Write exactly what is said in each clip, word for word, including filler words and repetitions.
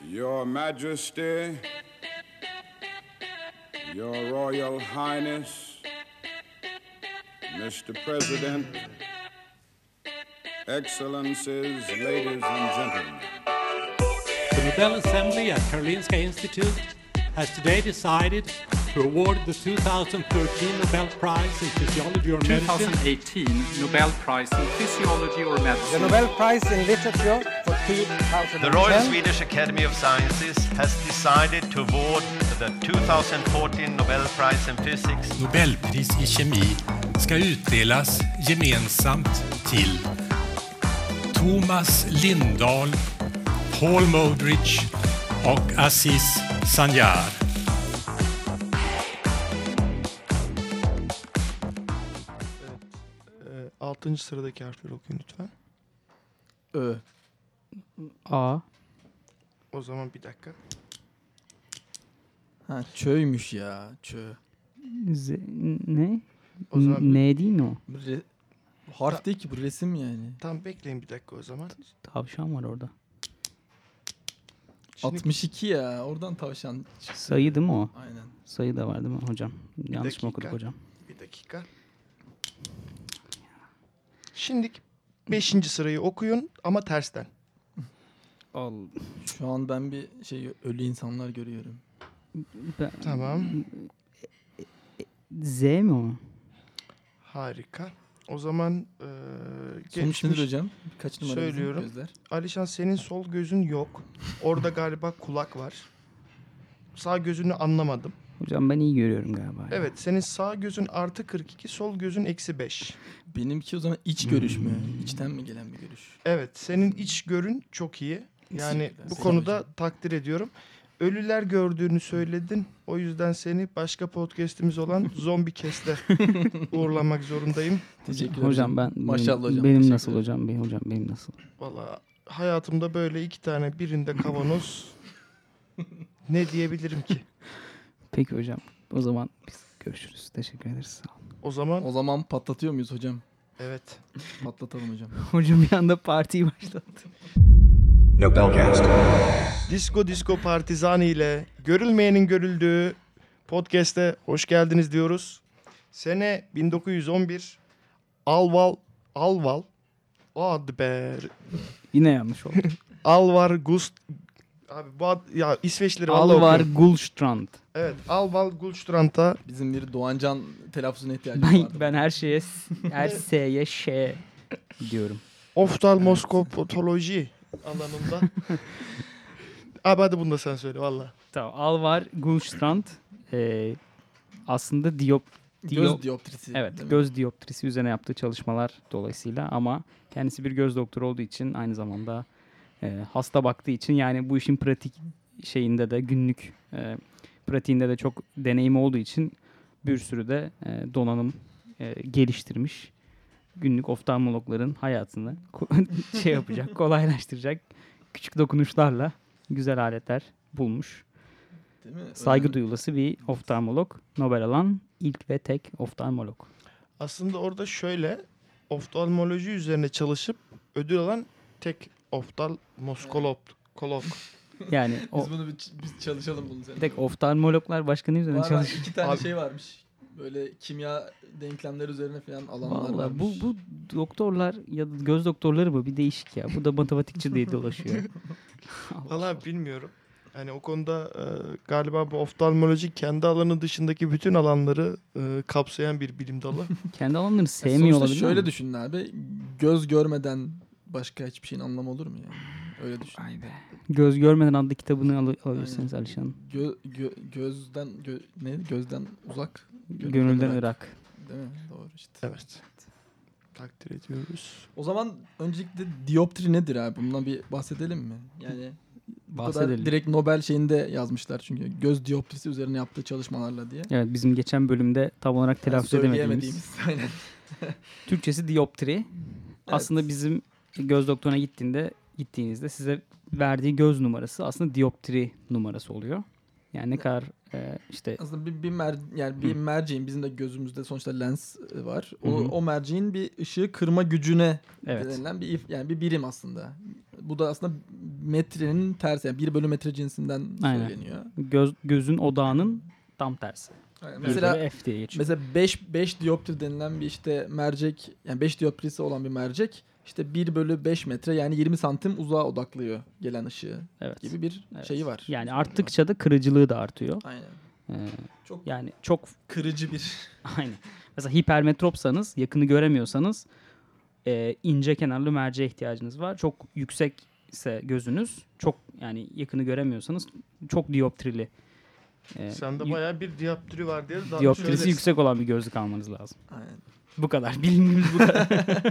Your Majesty, Your Royal Highness, Mister President, Excellencies, ladies and gentlemen. The Nobel Assembly at Karolinska Institute has today decided to award the two thousand thirteen Nobel Prize in Physiology or Medicine. twenty eighteen Nobel Prize in Physiology or Medicine. The Nobel Prize in Literature for two thousand ten. The Royal Swedish Academy of Sciences has decided to award the two thousand fourteen Nobel Prize in Physics. Nobelpris i kemi ska utdelas gemensamt till Thomas Lindahl, Paul Modrich och Aziz Sanjar. Altıncı sıradaki harfleri okuyun lütfen. Ö. A. O zaman bir dakika. Ha çöymüş ya. Çö. Z, ne? O zaman Ne değil mi o? Re, harf değil ki bu, resim yani. Tamam, bekleyin bir dakika o zaman. Tavşan var orada. Şimdi altmış iki ya. Oradan tavşan çıktı. Sayı değil mi o? Aynen. Sayı da var değil mi hocam? Yanlış dakika. mı okuduk hocam? bir dakika. Şimdi beşinci sırayı okuyun ama tersten. Al. Şu an ben bir şey ölü insanlar görüyorum. Ben- Tamam. Z mi o? Harika. O zaman e, Sonuç geçmiş. nedir hocam? Kaç numara bizim Söylüyorum. gözler? Alişan, senin sol gözün yok. Orada galiba kulak var. Sağ gözünü anlamadım. Hocam ben iyi görüyorum galiba. ya. Evet, senin sağ gözün artı kırk iki, sol gözün eksi beş. Benimki o zaman iç görüş mü? İçten mi gelen bir görüş? Evet, senin iç görün çok iyi. Yani Teşekkürler. bu Sağ ol konuda hocam. takdir ediyorum. Ölüler gördüğünü söyledin. O yüzden seni başka podcast'imiz olan Zombi Kest'e uğurlamak zorundayım. Teşekkürler Hocam ben Maşallah benim, hocam. benim teşekkürler. nasıl hocam? Benim hocam benim nasıl? Vallahi hayatımda böyle iki tane, birinde kavanoz. Ne diyebilirim ki? Peki hocam. O zaman biz görüşürüz. Teşekkür ederiz. Sağ olun. O zaman O zaman patlatıyor muyuz hocam? evet. Patlatalım hocam. Hocam bir anda partiyi başlattı. Nobelcast. Disco Disco Partizani ile görülmeyenin görüldüğü podcast'e hoş geldiniz diyoruz. Sene bin dokuz yüz on bir. Alval Alval Hadi be. Yine yanlış oldu. Alvar Gust Abi bu ad, ya İsveçlileri vallahi Alvar okuyorum. Gullstrand. Evet, Alval Gullstrand'a Bizim bir Doğancan telaffuzuna ihtiyacımız Ben, vardı. ben her şeye her S'ye Ş diyorum. oftalmoskopatoloji alanında. Abi hadi bunu da sen söyle valla. Tamam. Alvar Gullstrand e, aslında diop Göz diop dioptrisi. evet değil mi? göz dioptrisi üzerine yaptığı çalışmalar dolayısıyla ama kendisi bir göz doktoru olduğu için aynı zamanda e, hasta baktığı için yani bu işin pratik şeyinde de günlük e, pratiğinde de çok deneyimi olduğu için bir sürü de e, donanım e, geliştirmiş. Günlük oftalmologların hayatını ko- şey yapacak, kolaylaştıracak küçük dokunuşlarla güzel aletler bulmuş. Değil mi? Saygı Önemli. duyulası bir oftalmolog, Nobel alan ilk ve tek oftalmolog. Aslında orada şöyle, oftalmoloji üzerine çalışıp ödül alan tek oftalmoskolog. Kolog. Yani o Biz bunu bir, biz çalışalım bunu seninle. tek oftalmologlar başka ne üzerine Var, var, çalışıyor? iki tane Abi- şey varmış. Böyle kimya denklemleri üzerine falan alanlar Vallahi varmış. bu bu doktorlar ya da göz doktorları mı bir değişik ya. Bu da matematikçi diye dolaşıyor. Valla bilmiyorum. Hani o konuda e, galiba bu oftalmoloji kendi alanı dışındaki bütün alanları e, kapsayan bir bilim dalı. Kendi alanlarını Ya sevmiyor sonuçta olabilir şöyle mi? düşünün abi. Göz görmeden başka hiçbir şeyin anlamı olur mu yani? Öyle düşün. Vay be. Göz görmeden adlı kitabını al- alabilirsiniz Aynen. Alişan. Gö, gö- gözden gö, ne gözden uzak. Gönülden Irak. Irak. Değil mi? Doğru işte. Evet. Takdir ediyoruz. O zaman öncelikle dioptri nedir abi? Bundan bir bahsedelim mi? Yani bu kadar Bahsedelim. direkt Nobel şeyinde yazmışlar çünkü göz dioptrisi üzerine yaptığı çalışmalarla diye. Evet bizim geçen bölümde tam olarak telaffuz edemediğimiz. Söyleyemediğimiz. Aynen. Türkçesi dioptri. Aslında bizim göz doktoruna gittiğinde gittiğinizde size verdiği göz numarası aslında dioptri numarası oluyor. Yani ne kadar e, işte Aslında bir, bir mer yani bir merceğin bizim de gözümüzde sonuçta lens e, var. O, Hı hı. o merceğin bir ışığı kırma gücüne evet. denilen bir if- yani bir birim aslında. Bu da aslında metrenin tersi. Yani bir bölü metre cinsinden Aynen. söyleniyor. Göz, gözün odağının tam tersi. Yani Mesela mesela F diye geçiyor. mesela beş beş dioptri denilen bir işte mercek, yani beş dioptrisi olan bir mercek işte bir bölü beş metre yani yirmi santim uzağa odaklıyor gelen ışığı Evet. gibi bir Evet. şeyi var. Yani arttıkça da kırıcılığı da artıyor. Aynen. Ee, Çok yani çok kırıcı bir aynen. Mesela hipermetropsanız, yakını göremiyorsanız e, ince kenarlı merceğe ihtiyacınız var. Çok yüksekse gözünüz, çok yani yakını göremiyorsanız çok dioptrili. E, Sende y- bayağı bir dioptri var diye. daha dioptrisi şöyle- yüksek olan bir gözlük almanız lazım. aynen. Bu kadar. Bilgimiz bu kadar.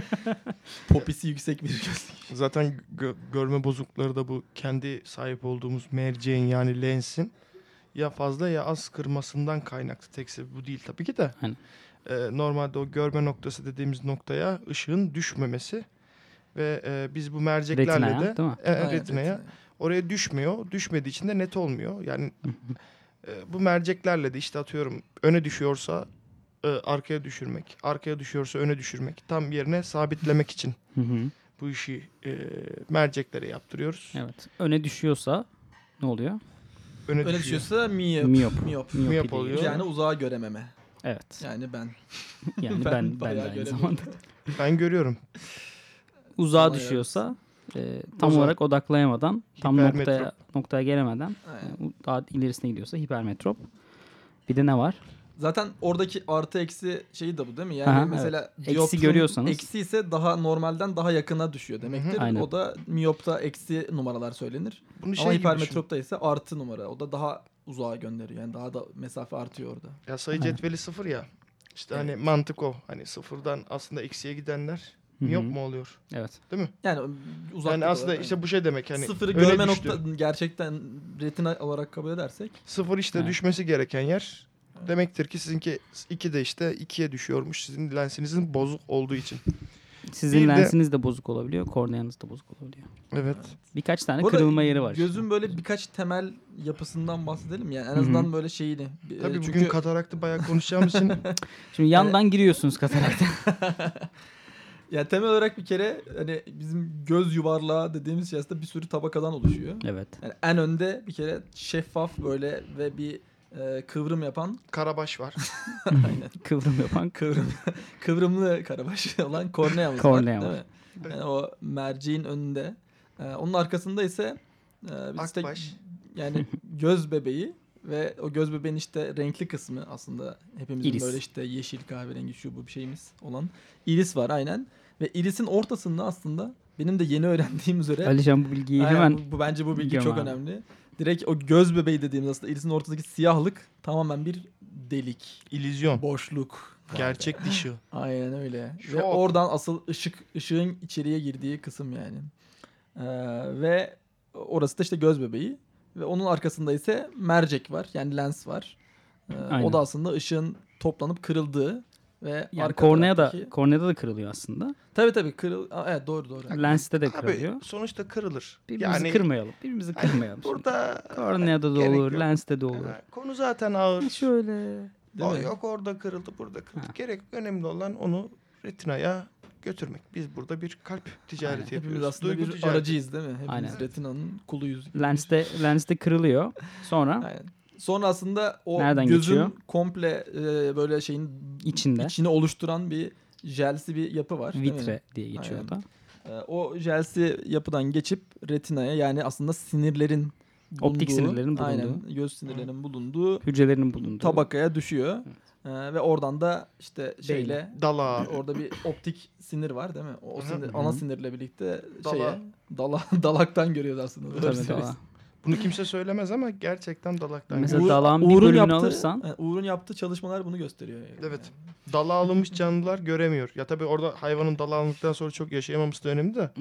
Popisi yüksek bir gözlük. Zaten gö- görme bozuklukları da bu kendi sahip olduğumuz merceğin yani lensin ya fazla ya az kırmasından kaynaklı. Tek sebebi bu değil tabii ki de. Aynen. Ee, normalde o görme noktası dediğimiz noktaya ışığın düşmemesi ve e, biz bu merceklerle Retinaya, de değil mi? e, Aynen, retinaya oraya düşmüyor. Düşmediği için de net olmuyor. Yani e, bu merceklerle de işte atıyorum öne düşüyorsa e, arkaya düşürmek, arkaya düşüyorsa öne düşürmek, tam yerine sabitlemek için Hı hı. bu işi e, merceklere yaptırıyoruz. Evet. Öne düşüyorsa ne oluyor? Öne, Öyle düşüyor. düşüyorsa miyop. Miyop. Miyop. Miyopi Miyop diye oluyor. geçiyor. Yani uzağa görememe. Evet. Yani ben. Yani Ben ben ben, de bayağı aynı göremiyorum. zamanda. Ben görüyorum. Uzağa Sana düşüyorsa e, tam Uzağa. olarak odaklayamadan, tam Hipermetrop. noktaya noktaya gelemeden Aynen. e, daha ilerisine gidiyorsa hipermetrop. Bir de ne var? Zaten oradaki artı eksi şeyi de bu değil mi? Yani Aha, mesela evet. Eksi dioptrin görüyorsanız- eksi ise daha normalden daha yakına düşüyor demektir. Aynen. O da miyopta eksi numaralar söylenir. Bunu şey Ama gibi düşün. hipermetropta ise artı numara. O da daha uzağa gönderiyor. Yani daha da mesafe artıyor orada. Ya sayı Aynen. cetveli sıfır ya. İşte Evet. hani mantık o. Hani sıfırdan aslında eksiye gidenler Hı hı. miyop mu oluyor? Evet. Değil mi? Yani uzak Yani aslında işte bu şey demek hani sıfırı öne görme düştü. nokta gerçekten retina olarak kabul edersek Sıfır işte Evet. düşmesi gereken yer. Demektir ki sizinki iki de işte ikiye düşüyormuş. Sizin lensinizin bozuk olduğu için. Sizin Bir de- lensiniz de bozuk olabiliyor, korneanız da bozuk olabiliyor. Evet. Birkaç tane Bu arada kırılma yeri var. işte. Gözün böyle birkaç temel yapısından bahsedelim yani en Hı hı. azından böyle şeyini. Bir- Tabii e, bugün çünkü kataraktı bayağı konuşacağımız için. Şimdi yandan giriyorsunuz katarakta. ya temel olarak bir kere hani bizim göz yuvarlağı dediğimiz şey aslında bir sürü tabakadan oluşuyor. Evet. Yani en önde bir kere şeffaf böyle ve bir e, kıvrım yapan Karabaş var. aynen Kıvrım yapan. kıvrım kıvrımlı karabaş olan korneamız Kornea var. Değil var. mi? Yani o merceğin önünde. E, onun arkasında ise e, biz işte Akbaş. yani göz bebeği ve o göz bebeğin işte renkli kısmı aslında hepimizin İris. böyle işte yeşil kahverengi şu bu bir şeyimiz olan iris var aynen. Ve irisin ortasında aslında benim de yeni öğrendiğim üzere Alişan bu bilgiyi aynen, hemen bu, bu bence bu bilgi Göm çok abi. önemli. Direkt o göz bebeği dediğimiz aslında irisin ortasındaki siyahlık tamamen bir delik, İllüzyon. boşluk. Gerçek dışı. Aynen öyle. Şok. Ve oradan asıl ışık ışığın içeriye girdiği kısım yani. Ee, ve orası da işte göz bebeği ve onun arkasında ise mercek var. Yani lens var. Ee, Aynen. o da aslında ışığın toplanıp kırıldığı ve yani arka kornea da taraftaki- korneada da kırılıyor aslında. Tabii tabii kırıl Aa, evet doğru doğru. Lenste de Abi kırılıyor. sonuçta kırılır. Birbirimizi kırmayalım. Birbirimizi kırmayalım. şimdi. Burada Korneada da gerek olur, yok. lenste de olur. Ha, konu zaten ağır. Şöyle. Değil O mi? yok orada kırıldı, burada kırıldı. Ha. Gerek önemli olan onu retinaya götürmek. Biz burada bir kalp ticareti Aynen. yapıyoruz. Hepimiz aslında Duygu bir ticareti. aracıyız değil mi? Hepimiz Aynen. retinanın kuluyuz. Lenste lenste kırılıyor. Sonra Aynen. Sonra aslında o Nereden gözün geçiyor? komple e, böyle şeyin içinde içini oluşturan bir jelsi bir yapı var. değil mi? vitre diye geçiyor Aynen. da. Ee, o jelsi yapıdan geçip retinaya yani aslında sinirlerin bulunduğu, Optik sinirlerin bulunduğu. aynen, göz sinirlerinin bulunduğu Hücrelerin bulunduğu. tabakaya düşüyor. Ee, ve oradan da işte şeyle Dala. orada bir optik sinir var değil mi? O Hı hı. sinir, ana sinirle birlikte Dala. şeye dala dalaktan görüyoruz aslında. Doğru Tabii söylüyorsun. daha. Bunu kimse söylemez ama gerçekten dalaktan. Mesela geliyor. dalağın bir Uğur'un bölümünü yaptığı, alırsan yani Uğur'un yaptığı çalışmalar bunu gösteriyor. Yani. Evet. Dala alınmış canlılar göremiyor. Ya tabii orada hayvanın dala alındıktan sonra çok yaşayamaması da önemli de.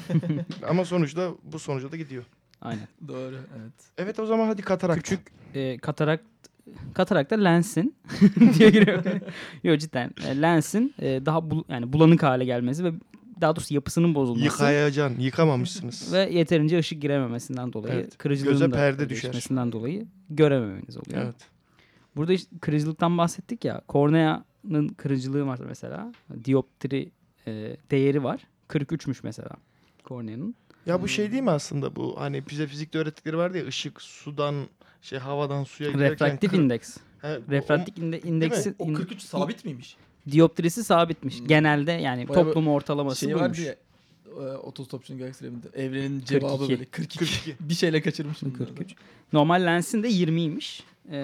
Ama sonuçta bu sonuca da gidiyor. aynen. Doğru evet. Evet o zaman hadi katarak. Küçük e, katarakt katarakta lensin diye giriyor. Yok cidden e, lensin e, daha bul, yani bulanık hale gelmesi ve daha doğrusu yapısının bozulması Yıkayacaksın. Yıkamamışsınız. ve yeterince ışık girememesinden dolayı Evet. kırıcılığın Göze da perde düşer. değişmesinden dolayı görememeniz oluyor. Evet. Burada işte kırıcılıktan bahsettik ya. Korneanın kırıcılığı var mesela. Dioptri e, değeri var. kırk üçmüş mesela korneanın. Ya bu şey değil mi aslında bu hani bize fizikte öğrettikleri vardı ya ışık sudan şey havadan suya giderken. Refraktif kır- indeks. He, o- Refraktif inde- indeksi O kırk üç sabit miymiş? dioptrisi sabitmiş. Hmm. Genelde yani Bayağı toplum ortalaması Şey buymuş. vardı ya. e, Otostopçunun galaksilerinde. Evrenin cevabı kırk iki. böyle kırk iki. Bir şeyle kaçırmışım. kırk üç. Normal lensin de yirmiymiş. Ee,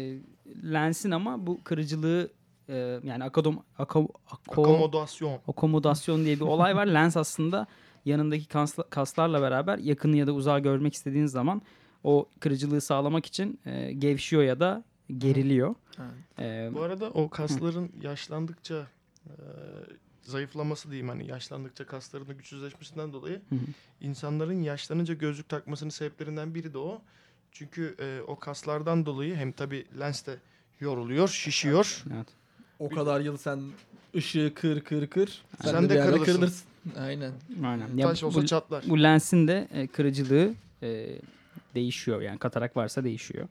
lensin ama bu kırıcılığı e, yani akodom, ako, ako, Akomodasyon. akomodasyon diye bir olay var. Lens aslında yanındaki kasla- kaslarla beraber yakını ya da uzağı görmek istediğiniz zaman o kırıcılığı sağlamak için e, gevşiyor ya da geriliyor. Ee, Bu arada o kasların yaşlandıkça e, zayıflaması diyeyim hani yaşlandıkça kaslarının güçsüzleşmesinden dolayı Hı hı. insanların yaşlanınca gözlük takmasının sebeplerinden biri de o. Çünkü e, o kaslardan dolayı hem tabii lens de yoruluyor, şişiyor. evet. O kadar yıl sen ışığı kır kır kır. Sen, Sen de, de bir yerde kırılırsın. kırılırsın. Aynen. Aynen. Ya Taş olsa bu, çatlar. bu lensin de e, kırıcılığı e, değişiyor. Yani katarak varsa değişiyor.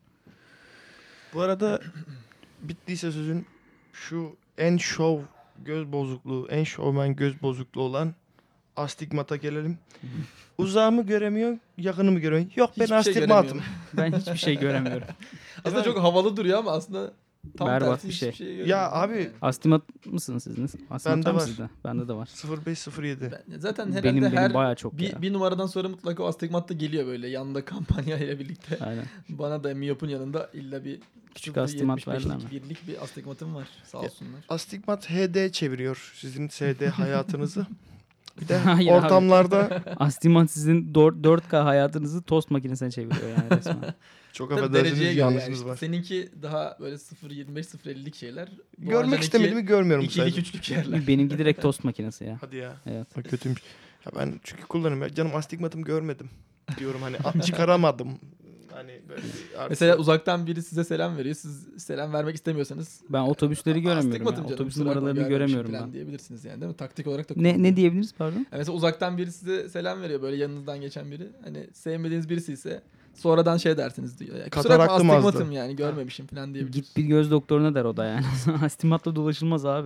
Bu arada bittiyse sözün şu en şov göz bozukluğu, en şovmen göz bozukluğu olan astigmata gelelim. Uzağı mı göremiyor, yakını mı göremiyor? Yok ben Hiçbir şey astigmatım. göremiyorum. Ben hiçbir şey göremiyorum. Aslında çok havalı duruyor ama aslında tam Berbat tersi bir hiçbir şey. şey Ya göremiyorum. abi Yani. Astigmat mısınız siz? Astigmat Bende mı var. sizde? Bende de var. sıfır beş sıfır yedi. Ben- zaten herhalde Benim her benim bayağı çok bir, ya. bir numaradan sonra mutlaka o astigmat da geliyor böyle yanında kampanyayla birlikte. Aynen. Bana da miyopun yanında illa bir Küçük sıfır astigmat yetmiş beşlik verdiler mi? birlik bir astigmatım var. Sağ Ya, olsunlar. Astigmat H D çeviriyor sizin S D hayatınızı. Bir de Hayır abi. ortamlarda Astigmat sizin dört K hayatınızı tost makinesine çeviriyor yani resmen. çok Tabii affedersiniz dereceye göre yanlışınız yani. var. Seninki daha böyle sıfır yirmi beş sıfır ellilik şeyler. Bu Görmek Arjan'ınki istemediğimi görmüyorum ikilik sadece. üçlük yerler. Benimki direkt tost makinesi ya. Hadi ya. Evet. O kötüymüş. Ya ben çünkü kullanıyorum. Ya canım astigmatımı görmedim diyorum hani a- çıkaramadım. Hani böyle bir artı- Mesela uzaktan biri size selam veriyor. Siz selam vermek istemiyorsanız Ben otobüsleri göremiyorum astigmatım ya. canım, Otobüs kusura bakma, numaralarını görmemişim göremiyorum falan ben. diyebilirsiniz yani değil mi? Taktik olarak da Ne ne kullanılıyor. diyebiliriz pardon? Yani mesela uzaktan biri size selam veriyor böyle yanınızdan geçen biri. Hani sevmediğiniz birisi ise sonradan şey dersiniz diyor. Ya, kusura bakma Kataraktım azdı. astigmatım yani görmemişim falan diyebilirsiniz. Git bir göz doktoruna der o da yani. Astigmatla dolaşılmaz abi.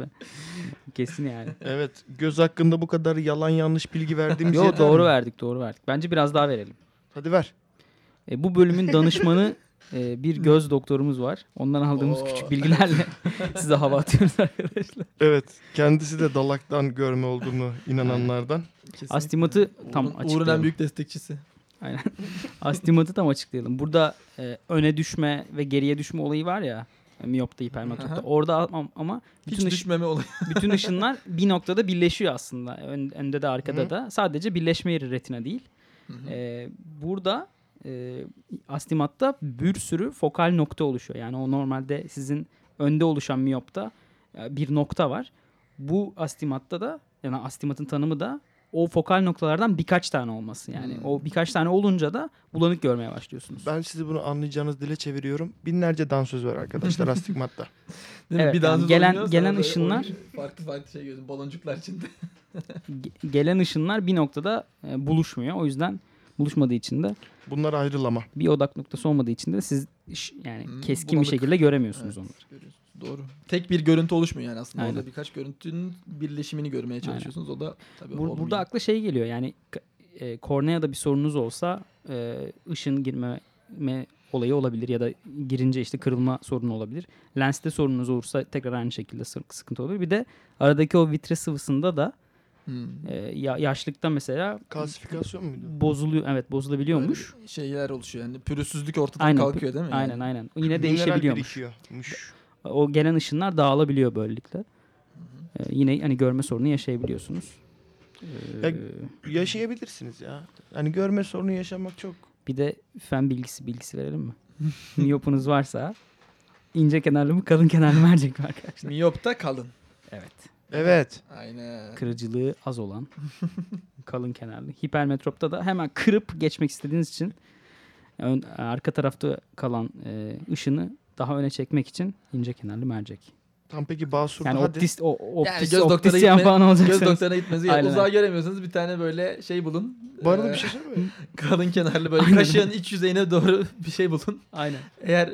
Kesin yani. Evet. Göz hakkında bu kadar yalan yanlış bilgi verdiğimiz Yo yeter doğru mi? verdik doğru verdik. Bence biraz daha verelim. Hadi ver. E, bu bölümün danışmanı e, bir göz doktorumuz var. Ondan aldığımız Oo. küçük bilgilerle size hava atıyoruz arkadaşlar. Evet. Kendisi de dalaktan görme olduğunu inananlardan. Kesinlikle. Astigmatı tam Uğur'un- Uğur'un en açıklayalım. büyük destekçisi. Aynen. Astigmatı tam açıklayalım. Burada e, öne düşme ve geriye düşme olayı var ya. e, Miyopta, hipermetropta. Aha. Orada ama, ama Hiç bütün, ış- düşmeme olayı. bütün ışınlar bir noktada birleşiyor aslında. Ön- önde de arkada Hı. da. Sadece birleşme yeri retina değil. Hı hı. E, burada e, astigmatta bir sürü fokal nokta oluşuyor. Yani o normalde sizin önde oluşan miyopta e, bir nokta var. Bu astigmatta da yani astigmatın tanımı da o fokal noktalardan birkaç tane olması. Yani Hmm. o birkaç tane olunca da bulanık görmeye başlıyorsunuz. Ben sizi bunu anlayacağınız dile çeviriyorum. Binlerce dansöz var arkadaşlar astigmatta. Değil mi? Evet, bir yani dansöz gelen- oynuyor, gelen sonra böyle ışınlar- oynuyor, farklı farklı şey görüyorsun baloncuklar içinde. Ge- gelen ışınlar bir noktada e, buluşmuyor. O yüzden buluşmadığı için de Bunlar ayrılama. bir odak noktası olmadığı için de siz iş- yani Hmm, keskin bulanık. bir şekilde göremiyorsunuz Evet, onları. görüyorsunuz. Doğru. Tek bir görüntü oluşmuyor yani aslında. Aynen. Orada birkaç görüntünün birleşimini görmeye çalışıyorsunuz. O da tabii Bur- olmuyor. burada akla şey geliyor yani k- e, korneada bir sorunuz olsa e, ışın girme me- olayı olabilir ya da girince işte kırılma sorunu olabilir. Lenste sorunuz olursa tekrar aynı şekilde sı- sıkıntı olabilir. Bir de aradaki o vitre sıvısında da Hmm. e, ya- yaşlıkta mesela Kalsifikasyon muydu? bozuluyor evet bozulabiliyormuş. Böyle şeyler oluşuyor yani pürüzsüzlük ortadan Aynen, kalkıyor değil mi? Aynen yani? aynen. Yine Mineral değişebiliyormuş. birikiyormuş. O gelen ışınlar dağılabiliyor böylelikle. E, yine hani görme sorunu yaşayabiliyorsunuz. E, Ya- Yaşayabilirsiniz ya. Hani görme sorunu yaşamak çok. Bir de fen bilgisi bilgisi verelim mi? Miyopunuz varsa ince kenarlı mı kalın kenarlı mı mercek mi arkadaşlar? Miyopta kalın. Evet. Evet. Aynen. Kırıcılığı az olan kalın kenarlı. Hipermetropta da hemen kırıp geçmek istediğiniz için ön, arka tarafta kalan e, ışını daha öne çekmek için ince kenarlı mercek. Tam peki Basur'da Yani hadi. optist, o, optist, göz doktora optisyen gitme- falan Göz olacaksanız. doktoruna gitmenizi Aynen. uzağa göremiyorsanız bir tane böyle şey bulun. Bu arada Ee, bir şey söyleyeyim mi? kalın kenarlı böyle Aynen. kaşığın iç yüzeyine doğru bir şey bulun. Aynen. Eğer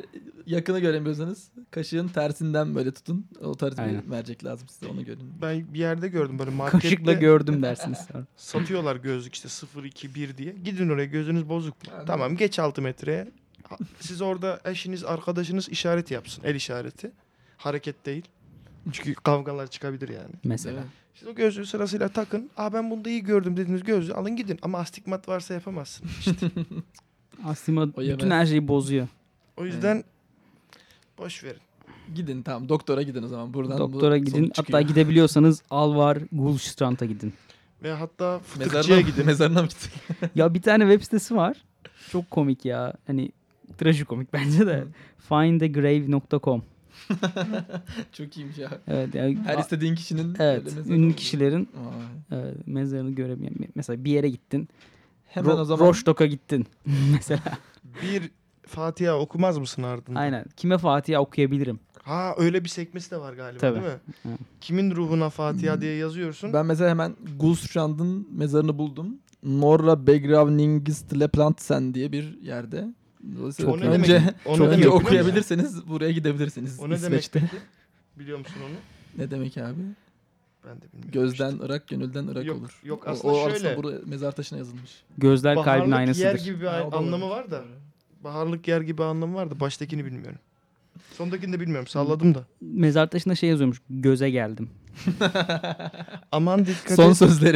yakını göremiyorsanız kaşığın tersinden böyle tutun. O tarz Aynen. bir mercek lazım size, onu görün. Ben bir yerde gördüm böyle markette. Kaşıkla gördüm dersiniz sonra. Satıyorlar gözlük işte sıfır iki bir diye. Gidin oraya, gözünüz bozuk mu? Yani. Tamam, geç altı metreye. Ha- Siz orada eşiniz, arkadaşınız işaret yapsın. El işareti. Hareket değil. Çünkü kavgalar çıkabilir yani. Mesela. Evet. Siz o gözlüğü sırasıyla takın. Aa, ben bunda iyi gördüm dediğiniz gözlüğü alın gidin. Ama astigmat varsa yapamazsın. İşte. Astigmat O bütün yemez. her şeyi bozuyor. O yüzden boş verin. Gidin tamam, doktora gidin o zaman. Buradan Doktora bu gidin. sonuç Hatta çıkıyor. gidebiliyorsanız Alvar Gulstrand'a gidin. Ve hatta Mezarına, fıtıkçıya gidin. mezarına mı gittin? Ya bir tane web sitesi var. Çok komik ya. Hani trajikomik bence de. find the grave nokta com. Çok iyiymiş ya. Evet. Yani, Her istediğin kişinin evet. böyle mezarı Ünlü oluyor. kişilerin Vay. e, mezarını göremeyen. Mesela bir yere gittin. Hemen Ro- o zaman Rostock'a gittin. Mesela. Bir Fatiha okumaz mısın ardından? Aynen. Kime Fatiha okuyabilirim? Ha, öyle bir sekmesi de var galiba Tabii. değil mi? Hı. Kimin ruhuna Fatiha diye yazıyorsun. ben mesela hemen Gulstrand'ın mezarını buldum. Norra Begravningsleplatsen diye bir yerde. Dolayısıyla O ne demek? önce, O ne önce demek? okuyabilirseniz buraya gidebilirsiniz. O ne demek İsveç'te. peki? Biliyor musun onu? Ne demek abi? Ben de bilmiyorum. Gözden işte. Irak, gönülden Irak Yok, olur. yok, O- aslında o, şöyle. buraya mezar taşına yazılmış. Gözler kalbin Baharlık aynasıdır. yer gibi bir Ha, o da anlamı olabilir. var da. Baharlık yer gibi anlamı var da baştakini bilmiyorum. Sondakini de bilmiyorum. Salladım da. Mezar taşında şey yazıyormuş. Göze geldim. Aman dikkat Son et. sözleri.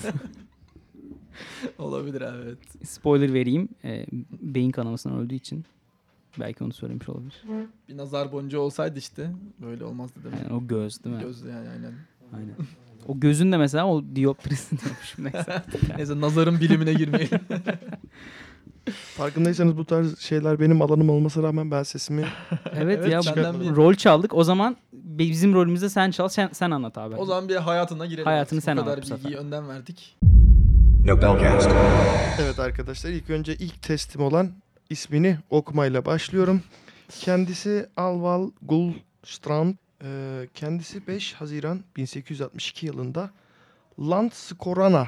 Olabilir abi, evet. Spoiler vereyim. E, beyin kanamasından öldüğü için. Belki onu söylemiş olabilir. Bir nazar boncuğu olsaydı işte böyle olmazdı demek. Yani o göz değil mi? Göz yani aynen. Aynen. O gözün de mesela o dioptrisini diyormuşum neyse. Neyse, nazarın bilimine girmeyelim. Farkındaysanız bu tarz şeyler benim alanım olmasına rağmen ben sesimi... Evet, Evet, ya benden bir- rol çaldık. O zaman bizim rolümüzde sen çal, sen, sen anlat abi. O zaman bir hayatına girelim. Hayatını artık. sen Bu kadar anlat bu bilgiyi sefer. önden verdik. Nobelcast. Evet arkadaşlar, ilk önce ilk testim olan ismini okumayla başlıyorum. Kendisi Alval Gullstrand. Ee, kendisi beş Haziran bin sekiz yüz altmış iki yılında Landskrona,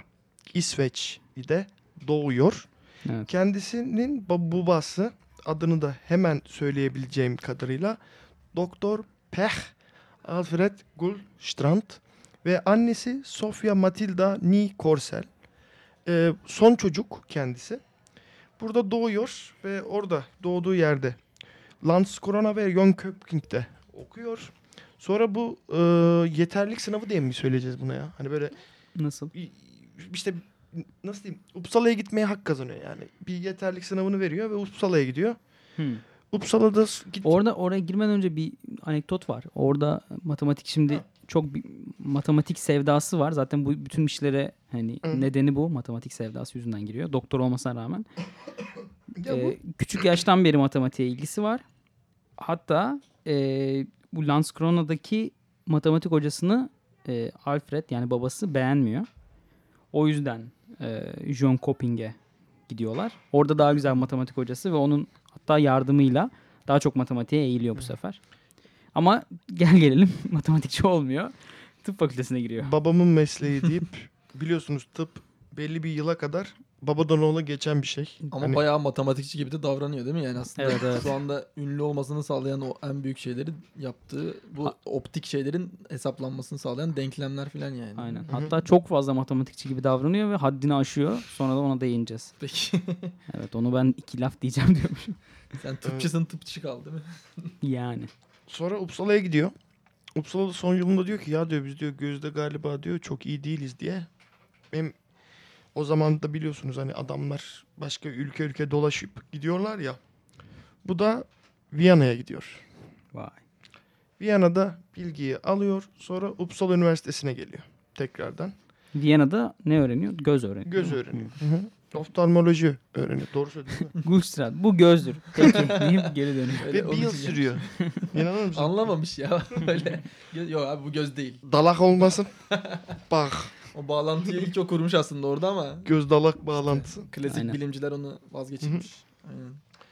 İsveç'te doğuyor. Evet. Kendisinin bab- babası, adını da hemen söyleyebileceğim kadarıyla Doktor Pech Alfred Gullstrand ve annesi Sofia Matilda Ny Korsel. Ee, son çocuk kendisi. Burada doğuyor ve orada doğduğu yerde Landskrona ve Jönköping'de okuyor. Sonra bu e, yeterlilik sınavı diye mi söyleyeceğiz buna ya? Hani böyle Nasıl? işte nasıl diyeyim, Uppsala'ya gitmeye hak kazanıyor yani. Bir yeterlilik sınavını veriyor ve Uppsala'ya gidiyor. Hmm. Uppsala'da s- git. Orada oraya girmeden önce bir anekdot var. Orada matematik şimdi çok bir matematik sevdası var. Zaten bu bütün işlere hani Hı. nedeni bu. Matematik sevdası yüzünden giriyor. Doktor olmasına rağmen. Ya bu- Ee, küçük yaştan beri matematiğe ilgisi var. Hatta e, bu Landskrona'daki matematik hocasını e, Alfred yani babası beğenmiyor. O yüzden e, Jönköping'e gidiyorlar. Orada daha güzel matematik hocası ve onun hatta yardımıyla daha çok matematiğe eğiliyor bu sefer. Ama gel gelelim matematikçi olmuyor. Tıp fakültesine giriyor. Babamın mesleği deyip biliyorsunuz tıp belli bir yıla kadar babadan oğula geçen bir şey. Ama Hani bayağı matematikçi gibi de davranıyor değil mi? Yani aslında Evet, evet. şu anda ünlü olmasını sağlayan o en büyük şeyleri yaptığı, bu Ha- optik şeylerin hesaplanmasını sağlayan denklemler falan yani. Aynen. Hatta çok fazla matematikçi gibi davranıyor ve haddini aşıyor. Sonra da ona değineceğiz. Peki Evet, onu ben iki laf diyeceğim diyormuşum. sen tıpçısın, tıpçı kal değil mi? Yani. sonra Uppsala'ya gidiyor. Uppsala'da son yılında diyor ki ya diyor biz diyor gözde galiba diyor çok iyi değiliz diye. Hem o zaman da biliyorsunuz hani adamlar başka ülke ülke dolaşıp gidiyorlar ya. Bu da Viyana'ya gidiyor. Vay. Viyana'da bilgiyi alıyor. Sonra Uppsala Üniversitesi'ne geliyor tekrardan. Viyana'da ne öğreniyor? Göz öğreniyor. Göz öğreniyor. Hı hı. Oftalmoloji öğreniyor. Doğru söyledin değil mi? Gulstrad. Bu gözdür. Peki. deyip geri dönüyor. Öyle Ve bir yıl onun için sürüyor. İnanır mısın? Anlamamış ya böyle. Gö- Yok abi bu göz değil. Dalak olmasın. Bak. O bağlantıyı ilk o kurmuş aslında orada ama Göz dalak bağlantısı. klasik Aynen. bilimciler onu vazgeçirmiş. Aynen.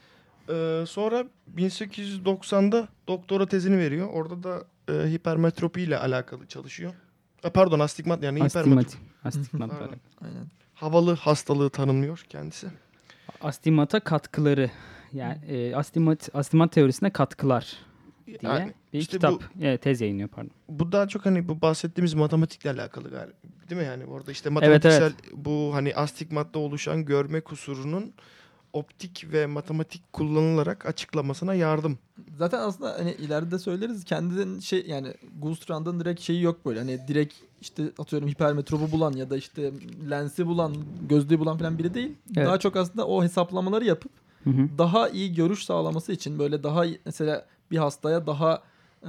Ee, sonra bin sekiz yüz doksan'da doktora tezini veriyor. Orada da e, hipermetropi ile alakalı çalışıyor. E, pardon astigmat yani hipermetropi. Astigmat. Astigmat. Pardon. pardon. Aynen. Havalı hastalığı tanımlıyor kendisi. Astigmata katkıları Yani e, astimat, astimat teorisine katkılar diye Yani bir işte kitap, bu- e, tez yayınlıyor pardon. Bu daha çok hani bu bahsettiğimiz matematikle alakalı galiba. Değil mi yani? Orada işte matematiksel evet. bu hani astigmatta oluşan görme kusurunun optik ve matematik kullanılarak açıklamasına yardım. Zaten aslında hani ileride söyleriz kendinin şey yani Gustrand'ın direkt şeyi yok böyle hani direkt işte atıyorum hipermetrobu bulan ya da işte lensi bulan, gözlüğü bulan falan biri değil. Evet. Daha çok aslında o hesaplamaları yapıp Hı hı. daha iyi görüş sağlaması için böyle daha iyi- mesela bir hastaya daha e,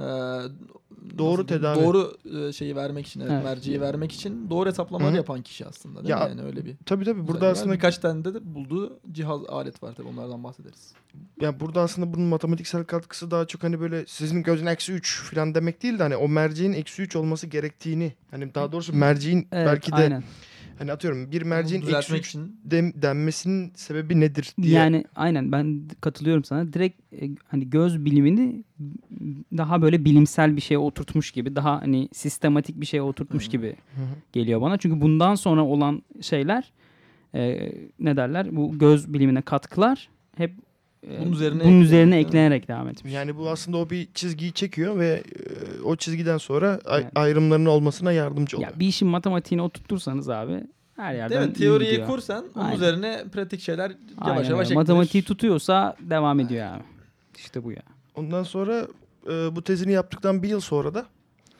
Doğru nasıl diyeyim, tedavi. Doğru e, şeyi vermek için, evet, Evet. merciyi vermek için doğru hesaplamaları Hı. yapan kişi aslında değil Ya, mi? Yani öyle bir. Tabii tabii burada özelliği var. aslında birkaç tane de bulduğu cihaz alet var tabii onlardan bahsederiz. ya burada aslında bunun matematiksel katkısı daha çok hani böyle sizin gözün eksi üç falan demek değil de hani o merceğin eksi üç olması gerektiğini hani daha doğrusu merceğin Evet, belki de aynen. hani atıyorum bir merceğin Onu eksi düzeltmek üç için dem- denmesinin sebebi nedir diye. Yani aynen ben katılıyorum sana. Direkt e, hani göz bilimini daha böyle bilimsel bir şeye oturtmuş gibi, daha hani sistematik bir şeye oturtmuş Hı hı. gibi Hı hı. geliyor bana. Çünkü bundan sonra olan şeyler e, ne derler? Bu göz bilimine katkılar hep e, Bunun üzerine bunun üzerine ekleyerek, değil mi? eklenerek devam etmiş. Yani bu aslında o bir çizgiyi çekiyor ve e, o çizgiden sonra ay- Yani. ayrımların olmasına yardımcı oluyor. Ya bir işin matematiğini oturtursanız abi her yerden değil mi? iyi Teoriyi gidiyor. kursan onun Aynen. üzerine pratik şeyler yavaş Aynen yavaş öyle. eklenir. Matematiği tutuyorsa devam ediyor abi. İşte bu ya. Ondan sonra e, bu tezini yaptıktan bir yıl sonra da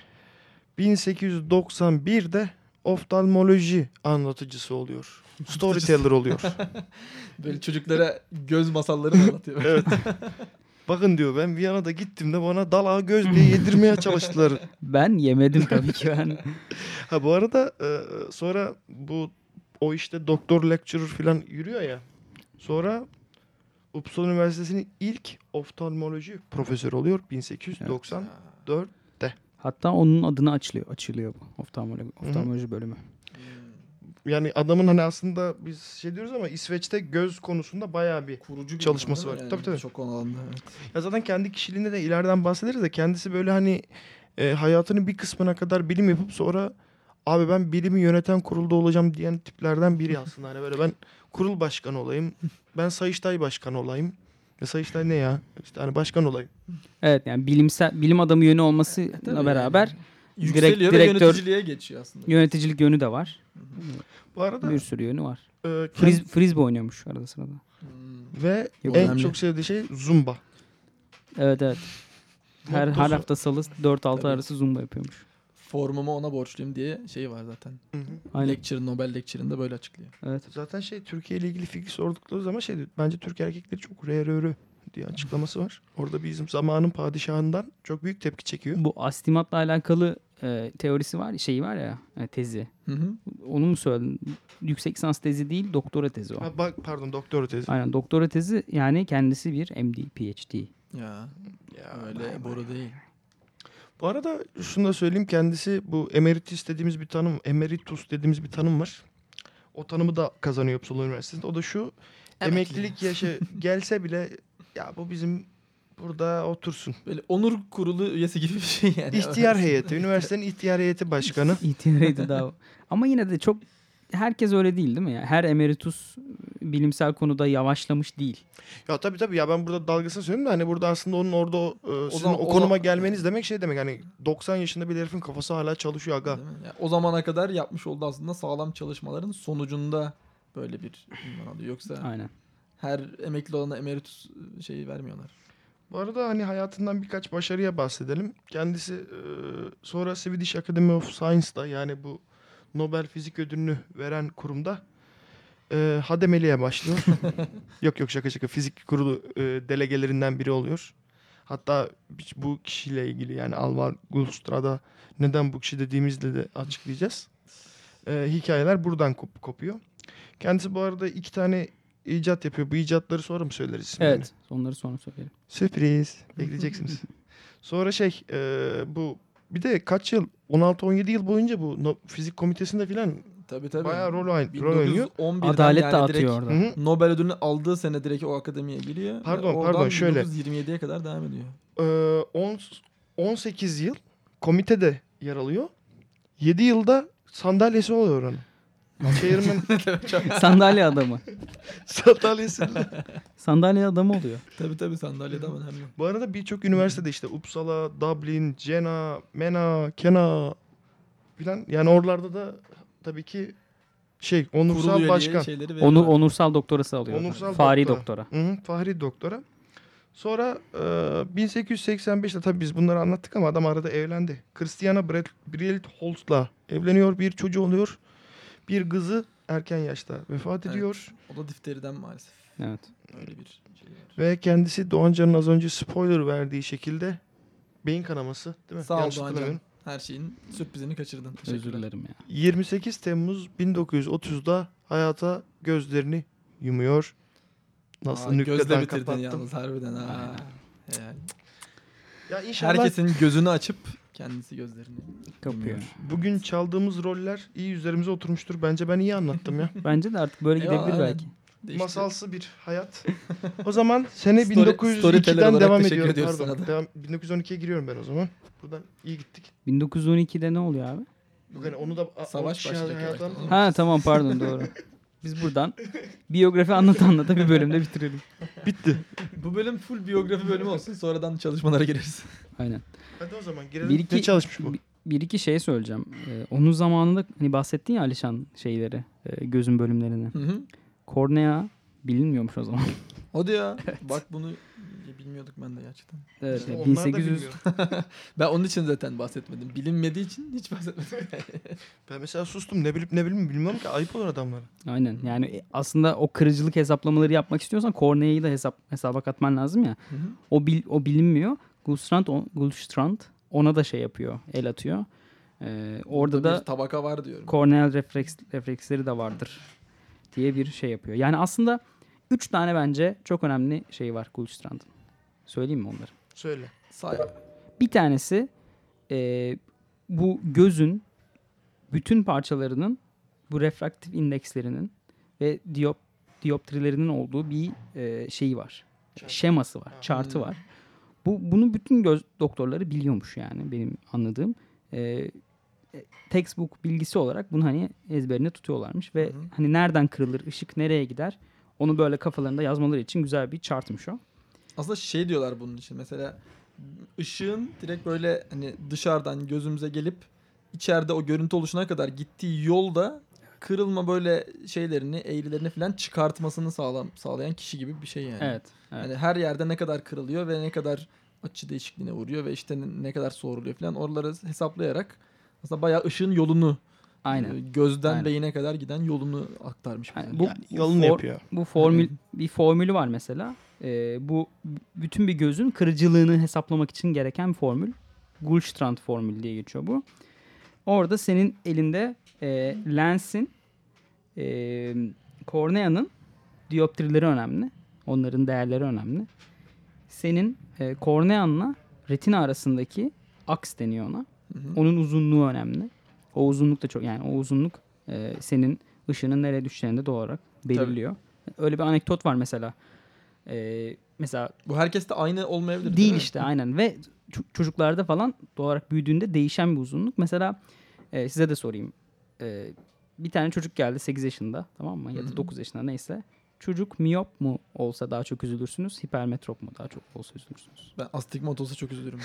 bin sekiz yüz doksan birde oftalmoloji anlatıcısı oluyor. Storyteller oluyor. Böyle çocuklara göz masalları mı anlatıyor? Evet. Bakın diyor ben Viyana'da gittim de bana dalağa göz diye yedirmeye çalıştılar. Ben yemedim tabii ki ben. Ha bu arada e, sonra bu o işte doktor lecturer falan yürüyor ya. Sonra Uppsala Üniversitesi'nin ilk oftalmoloji profesörü oluyor bin sekiz yüz doksan dört. Hatta onun adına açılıyor, açılıyor bu oftalmoloji, oftalmoloji bölümü. Yani adamın hani aslında biz şey diyoruz ama İsveç'te göz konusunda bayağı bir Kurucu bir çalışması insan var. değil mi? Tabii, tabii. Çok alanda. Evet. ya zaten kendi kişiliğinde de ileriden bahsederiz de kendisi böyle hani e, hayatının bir kısmına kadar bilim yapıp sonra abi ben bilimi yöneten kurulda olacağım diyen tiplerden biri aslında. Hani böyle ben kurul başkanı olayım. Ben Sayıştay başkanı olayım. Ya Sayıştay ne ya? İşte hani başkan olayım. Evet yani bilimsel bilim adamı yönü olmasıyla Tabii beraber yani. Yükseliyor ve direktör- yöneticiliğe geçiyor aslında. yöneticilik yönü de var. Bu arada Bir sürü yönü var. e, kend- Friz, frisbee oynuyormuş arada sırada. Hmm. ve Yok, en önemli. çok sevdiği şey Zumba. Evet evet. Her, her Mottosu- hafta salı dört altı Tabii. arası zumba yapıyormuş. Formumu ona borçluyum diye şey var zaten. Hı hı. Aynen. Lecture, Nobel Lecture'ında böyle açıklıyor. Evet. Zaten şey Türkiye ile ilgili fikri sordukları zaman şey diyor. Bence Türk erkekleri çok rerörü diye açıklaması var. Orada bizim zamanın padişahından çok büyük tepki çekiyor. Bu astimatla alakalı e, teorisi var, şeyi var ya, e, tezi. Hı hı. Onu mu söyledin? Yüksek lisans tezi değil, doktora tezi o. Ha, bak pardon doktora tezi. Aynen doktora tezi yani kendisi bir M D, P H D. Ya Ya, öyle boru değil. Bu arada şunu da söyleyeyim kendisi bu emeritus dediğimiz bir tanım, emeritus dediğimiz bir tanım var. O tanımı da kazanıyor Uppsala Üniversitesi'nde. O da şu Emekli. emeklilik yaşı gelse bile ya bu bizim burada otursun. Böyle onur kurulu üyesi gibi bir şey yani. İhtiyar heyeti, üniversitenin ihtiyar heyeti başkanı. İhtiyarıydı daha. Ama yine de çok herkes öyle değil değil mi ya? Her emeritus bilimsel konuda yavaşlamış değil. Ya tabii tabii ya ben burada dalgasını söyleyeyim de hani burada aslında onun orada o, e, sizin zaman- o o konuma zaman- gelmeniz demek şey demek hani doksan yaşında bir herifin kafası hala çalışıyor aga. Değil mi? Yani o zamana kadar yapmış olduğu aslında sağlam çalışmaların sonucunda böyle bir ünvan alıyor. Yoksa Aynen. her emekli olana emeritus şeyi vermiyorlar. Bu arada hani hayatından birkaç başarıya bahsedelim. Kendisi e, sonra Swedish Academy of Science'da yani bu Nobel Fizik Ödülünü veren kurumda e, hademeliğe başlıyor. yok yok şaka şaka fizik kurulu e, delegelerinden biri oluyor. Hatta hiç bu kişiyle ilgili yani Alvar Gullstrada neden bu kişi dediğimizde de açıklayacağız. E, hikayeler buradan kop- kopuyor. Kendisi bu arada iki tane icat yapıyor. Bu icatları sonra mı söyleriz? isimlerini? Evet. Onları sonra söyleyelim. Sürpriz. Bekleyeceksiniz. Sonra şey e, bu bir de kaç yıl on altı on yedi yıl boyunca bu no, fizik komitesinde filan Tabii tabii. bayağı rol, oyn- rol oynuyor. bin dokuz yüz on birden Adalet yani dağıtıyor direkt orada. Hı hı. Nobel ödülünü aldığı sene direkt o akademiye giriyor. Pardon, Ve pardon, oradan şöyle. bin dokuz yüz yirmi yediye kadar devam ediyor. Ee, on, on sekiz yıl komitede yer alıyor. yedi yılda sandalyesi oluyor onun. Chairman Sandalye adamı. sandalyesinde. Sandalye adamı oluyor. Tabii tabii sandalyede ama önemli. Bu arada birçok üniversitede işte Uppsala, Dublin, Jena, Mena, Kena filan yani oralarda da tabii ki şey onursal Kuruluyor diye başkan. şeyleri veriyorlar. Onu onursal doktorası alıyor. Onursal Fahri doktora. doktora. Hı hı, Fahri doktora. Sonra e, bin sekiz yüz seksen beşte tabii biz bunları anlattık ama adam arada evlendi. Christiana Breitholtz'la evleniyor. Bir çocuğu oluyor. Bir kızı erken yaşta vefat Evet. ediyor. O da difteriden maalesef. Evet. Öyle bir şey var. Ve kendisi Doğancan'ın az önce spoiler verdiği şekilde beyin kanaması değil mi? Sağ ol Yanlış Doğancan. hatırlamıyorum. Her şeyin sürprizini kaçırdın. Özür Teşekkürler. dilerim ya. yirmi sekiz Temmuz bin dokuz yüz otuzda hayata gözlerini yumuyor. Nasıl Aa, gözle nükteden bitirdin kapattım. yalnız harbiden ha. Yani Ya inşallah herkesin gözünü açıp kendisi gözlerini Kapıyor. yumuyor. bugün çaldığımız roller iyi üzerimize oturmuştur. Bence ben iyi anlattım ya. Bence de artık böyle Ya, gidebilir aynen. belki. Değişti. Masalsı bir hayat. O zaman sene Story- bin dokuz yüz storyteller ikiden olarak devam teşekkür ediyorum. ediyoruz Pardon. sana da. Devam, bin dokuz yüz on ikiye giriyorum ben o zaman. Buradan iyi gittik. bin dokuz yüz on ikide ne oluyor abi? Yok hani onu da Savaş o- başlayacak hayattan- yavaştan. Ha tamam pardon doğru. Biz buradan biyografi anlata anlata bir bölümde bitirelim. Bitti. Bu bölüm full biyografi bölümü olsun. Sonradan çalışmalara gireriz. Aynen. Hadi o zaman girelim. Bir iki, Ne çalışmış bu? bir, bir iki şey söyleyeceğim. Ee, onun zamanında hani bahsettin ya Alişan şeyleri, e, gözün bölümlerini. Hı hı. Kornea bilinmiyormuş o zaman. Hadi ya. Bak bunu bilmiyorduk ben de gerçekten. Evet, İşte onlar da bin sekiz yüz bilmiyor. Ben onun için zaten bahsetmedim. Bilinmediği için hiç bahsetmedim. Ben mesela sustum. Ne bilip ne bilmiyorum bilmiyorum ki. Ayıp olur adamlara. Aynen. Yani e, aslında o kırıcılık hesaplamaları yapmak istiyorsan korneayı da hesap hesaba katman lazım ya. Hı hı. O bil, o bilinmiyor. Gulstrand, o- Gulstrand ona da şey yapıyor, el atıyor. Ee, orada Burada da bir tabaka var diyorum. korneal refleks refleksleri de vardır diye bir şey yapıyor. Yani aslında üç tane bence çok önemli şey var Gulstrand'ın. Söyleyeyim mi onları? Söyle. Say. Bir tanesi e, bu gözün bütün parçalarının bu refraktif indekslerinin ve diop, dioptrilerinin olduğu bir e, şeyi var. Şeması var, chartı var. Bu bunu bütün göz doktorları biliyormuş yani benim anladığım. E, textbook bilgisi olarak bunu hani ezberinde tutuyorlarmış ve Hı hı. hani nereden kırılır, ışık nereye gider onu böyle kafalarında yazmaları için güzel bir chartmış o. Aslında şey diyorlar bunun için. Mesela ışığın direkt böyle hani dışarıdan gözümüze gelip içeride o görüntü oluşuna kadar gittiği yolda kırılma böyle şeylerini, eğrilerini falan çıkartmasını sağlam, sağlayan kişi gibi bir şey yani. Evet. evet. Yani her yerde ne kadar kırılıyor ve ne kadar açı değişikliğine uğruyor ve işte ne kadar soğuruluyor falan oraları hesaplayarak aslında bayağı ışığın yolunu Aynen. e, gözden Aynen. beyine kadar giden yolunu aktarmış. bize. Yani bu, Yani bu yolunu for- yapıyor. Bu formül bir formülü var mesela. Ee, bu bütün bir gözün kırıcılığını hesaplamak için gereken bir formül. Gulstrand formülü diye geçiyor bu. Orada senin elinde e, lensin, e, korneanın dioptrileri önemli. Onların değerleri önemli. Senin e, korneanla retina arasındaki aks deniyor ona. Hı hı. Onun uzunluğu önemli. O uzunluk da çok yani o uzunluk e, senin ışının nereye düşeceğini de doğal olarak belirliyor. Öyle bir anekdot var mesela. E, mesela Bu herkeste aynı olmayabilir. değil mi? işte aynen ve ç- çocuklarda falan doğal olarak büyüdüğünde değişen bir uzunluk. Mesela e, size de sorayım. E, bir tane çocuk geldi sekiz yaşında tamam mı ya Hı hı. da dokuz yaşında neyse. Çocuk miyop mu olsa daha çok üzülürsünüz. Hipermetrop mu daha çok olsa üzülürsünüz. Ben astigmat olsa çok üzülürüm.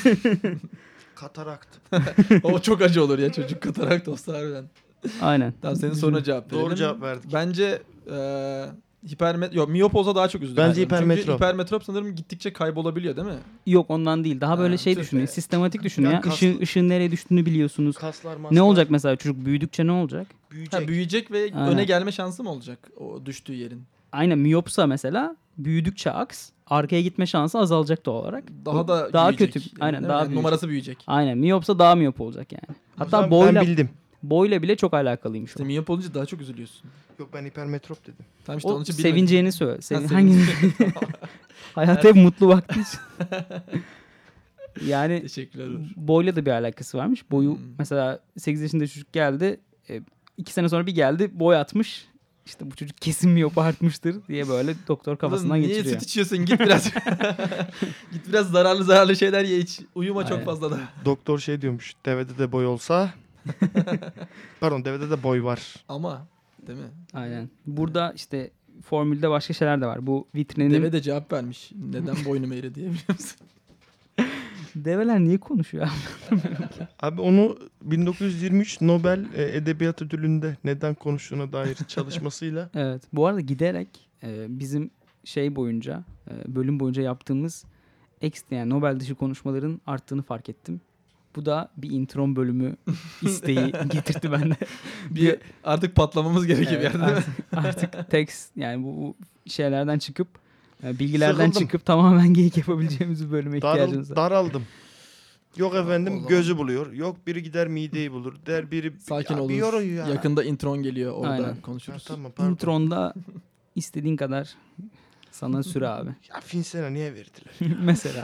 Katarakt. O çok acı olur ya çocuk katarakt olsa harbiden. Aynen. Tamam senin soruna cevap verelim. Doğru cevap verdik. Bence e, hipermet yok miyop olsa daha çok üzülürüm. Bence hipermetrop. Çünkü hipermetrop sanırım gittikçe kaybolabiliyor değil mi? Yok ondan değil. Daha böyle Ha, şey tüh düşünün. be. Sistematik düşünün Ya ya. kas- Işığın, ışığın nereye düştüğünü biliyorsunuz. Kaslar maslar. Ne olacak mesela çocuk büyüdükçe ne olacak? Büyüyecek. Ha, büyüyecek ve Aynen. öne gelme şansı mı olacak o düştüğü yerin? Aynen miyopsa mesela büyüdükçe aks arkaya gitme şansı azalacak doğal olarak. Daha Bu da daha büyüyecek. kötü. Yani Aynen değil mi? daha Yani büyüyecek. numarası büyüyecek. Aynen miyopsa daha miyop olacak yani. O Hatta zaman boyla ben bildim. boyla bile çok alakalıymış İşte o. miyop olunca daha çok üzülüyorsun. Yok ben hipermetrop dedim. Tamam işte onun O için bilmedim. sevineceğini söyle. Sev- Ha, hangi sevineceğini. hayat hep mutlu vakti için. Yani Teşekkürler Uğur. boyla da bir alakası varmış. Boyu Hmm. mesela sekiz yaşında çocuk geldi. e, iki sene sonra bir geldi boy atmış. İşte bu çocuk kesin miyop artmıştır diye böyle doktor kafasından Oğlum, geçiriyor. Niye süt içiyorsun? Git biraz. Git biraz zararlı zararlı şeyler ye iç. Uyuma çok Aynen. fazla da. Doktor şey diyormuş. Devede de boy olsa Pardon, devede de boy var. Ama değil mi? Aynen. Burada işte formülde başka şeyler de var. Bu vitrinin... Deve de cevap vermiş. Neden boynum eğri diye biliyor musun? Develer niye konuşuyor abi? Abi onu bin dokuz yüz yirmi üç Nobel e, Edebiyat Ödülü'nde neden konuştuğuna dair çalışmasıyla. Evet. Bu arada giderek e, bizim şey boyunca, e, bölüm boyunca yaptığımız ekstra yani Nobel dışı konuşmaların arttığını fark ettim. Bu da bir intron bölümü isteği getirdi bende. Bir artık patlamamız gerekiyor Evet, bir yerde değil mi? artık, artık tekst yani bu, bu şeylerden çıkıp e, bilgilerden Sıkıldım. çıkıp tamamen geyik yapabileceğimiz bir bölüme Daral, ihtiyacımız var. daraldım. Yok O efendim zaman- gözü buluyor. Yok biri gider mideyi bulur. Der biri Sakin ya, olur. bir yoruyor ya. Yakında intron geliyor. Orada Aynen. Ha, konuşuruz. tamam pardon. İntronda istediğin kadar sana süre abi. Ya Finsena niye verdiler? Mesela.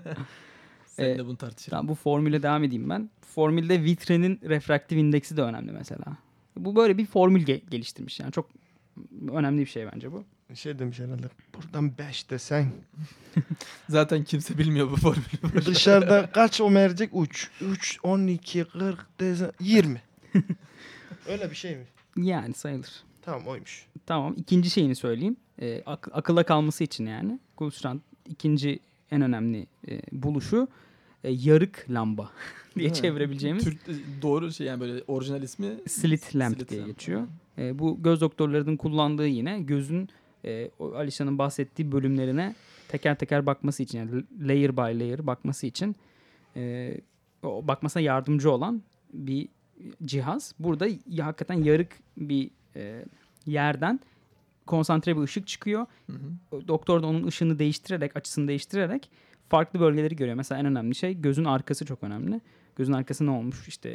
Seninle Ee, bunu tartışalım. Tamam, bu formüle devam edeyim ben. Formülde vitrenin refraktif indeksi de önemli mesela. Bu böyle bir formül ge- geliştirmiş yani. Çok önemli bir şey bence bu. Şey demiş herhalde. Buradan beş desen. Zaten kimse bilmiyor bu formülü. Dışarıda kaç o mercek uç? üç, on iki, kırk desen. yirmi. Öyle bir şey mi? Yani sayılır. Tamam oymuş. Tamam, ikinci şeyini söyleyeyim. Ee, ak- akılda kalması için yani. Goldstrand ikinci en önemli e, buluşu e, yarık lamba diye Değil mi? çevirebileceğimiz Türk doğru şey yani böyle orijinal ismi slit lamp Slit diye lamp. geçiyor. E, bu göz doktorlarının kullandığı yine gözün e, o Alişan'ın bahsettiği bölümlerine teker teker bakması için yani layer by layer bakması için e, o bakmasına yardımcı olan bir cihaz. Burada ya, hakikaten yarık bir e, yerden konsantre bir ışık çıkıyor. Hı hı. Doktor da onun ışığını değiştirerek, açısını değiştirerek farklı bölgeleri görüyor. Mesela en önemli şey gözün arkası çok önemli. Gözün arkası ne olmuş? İşte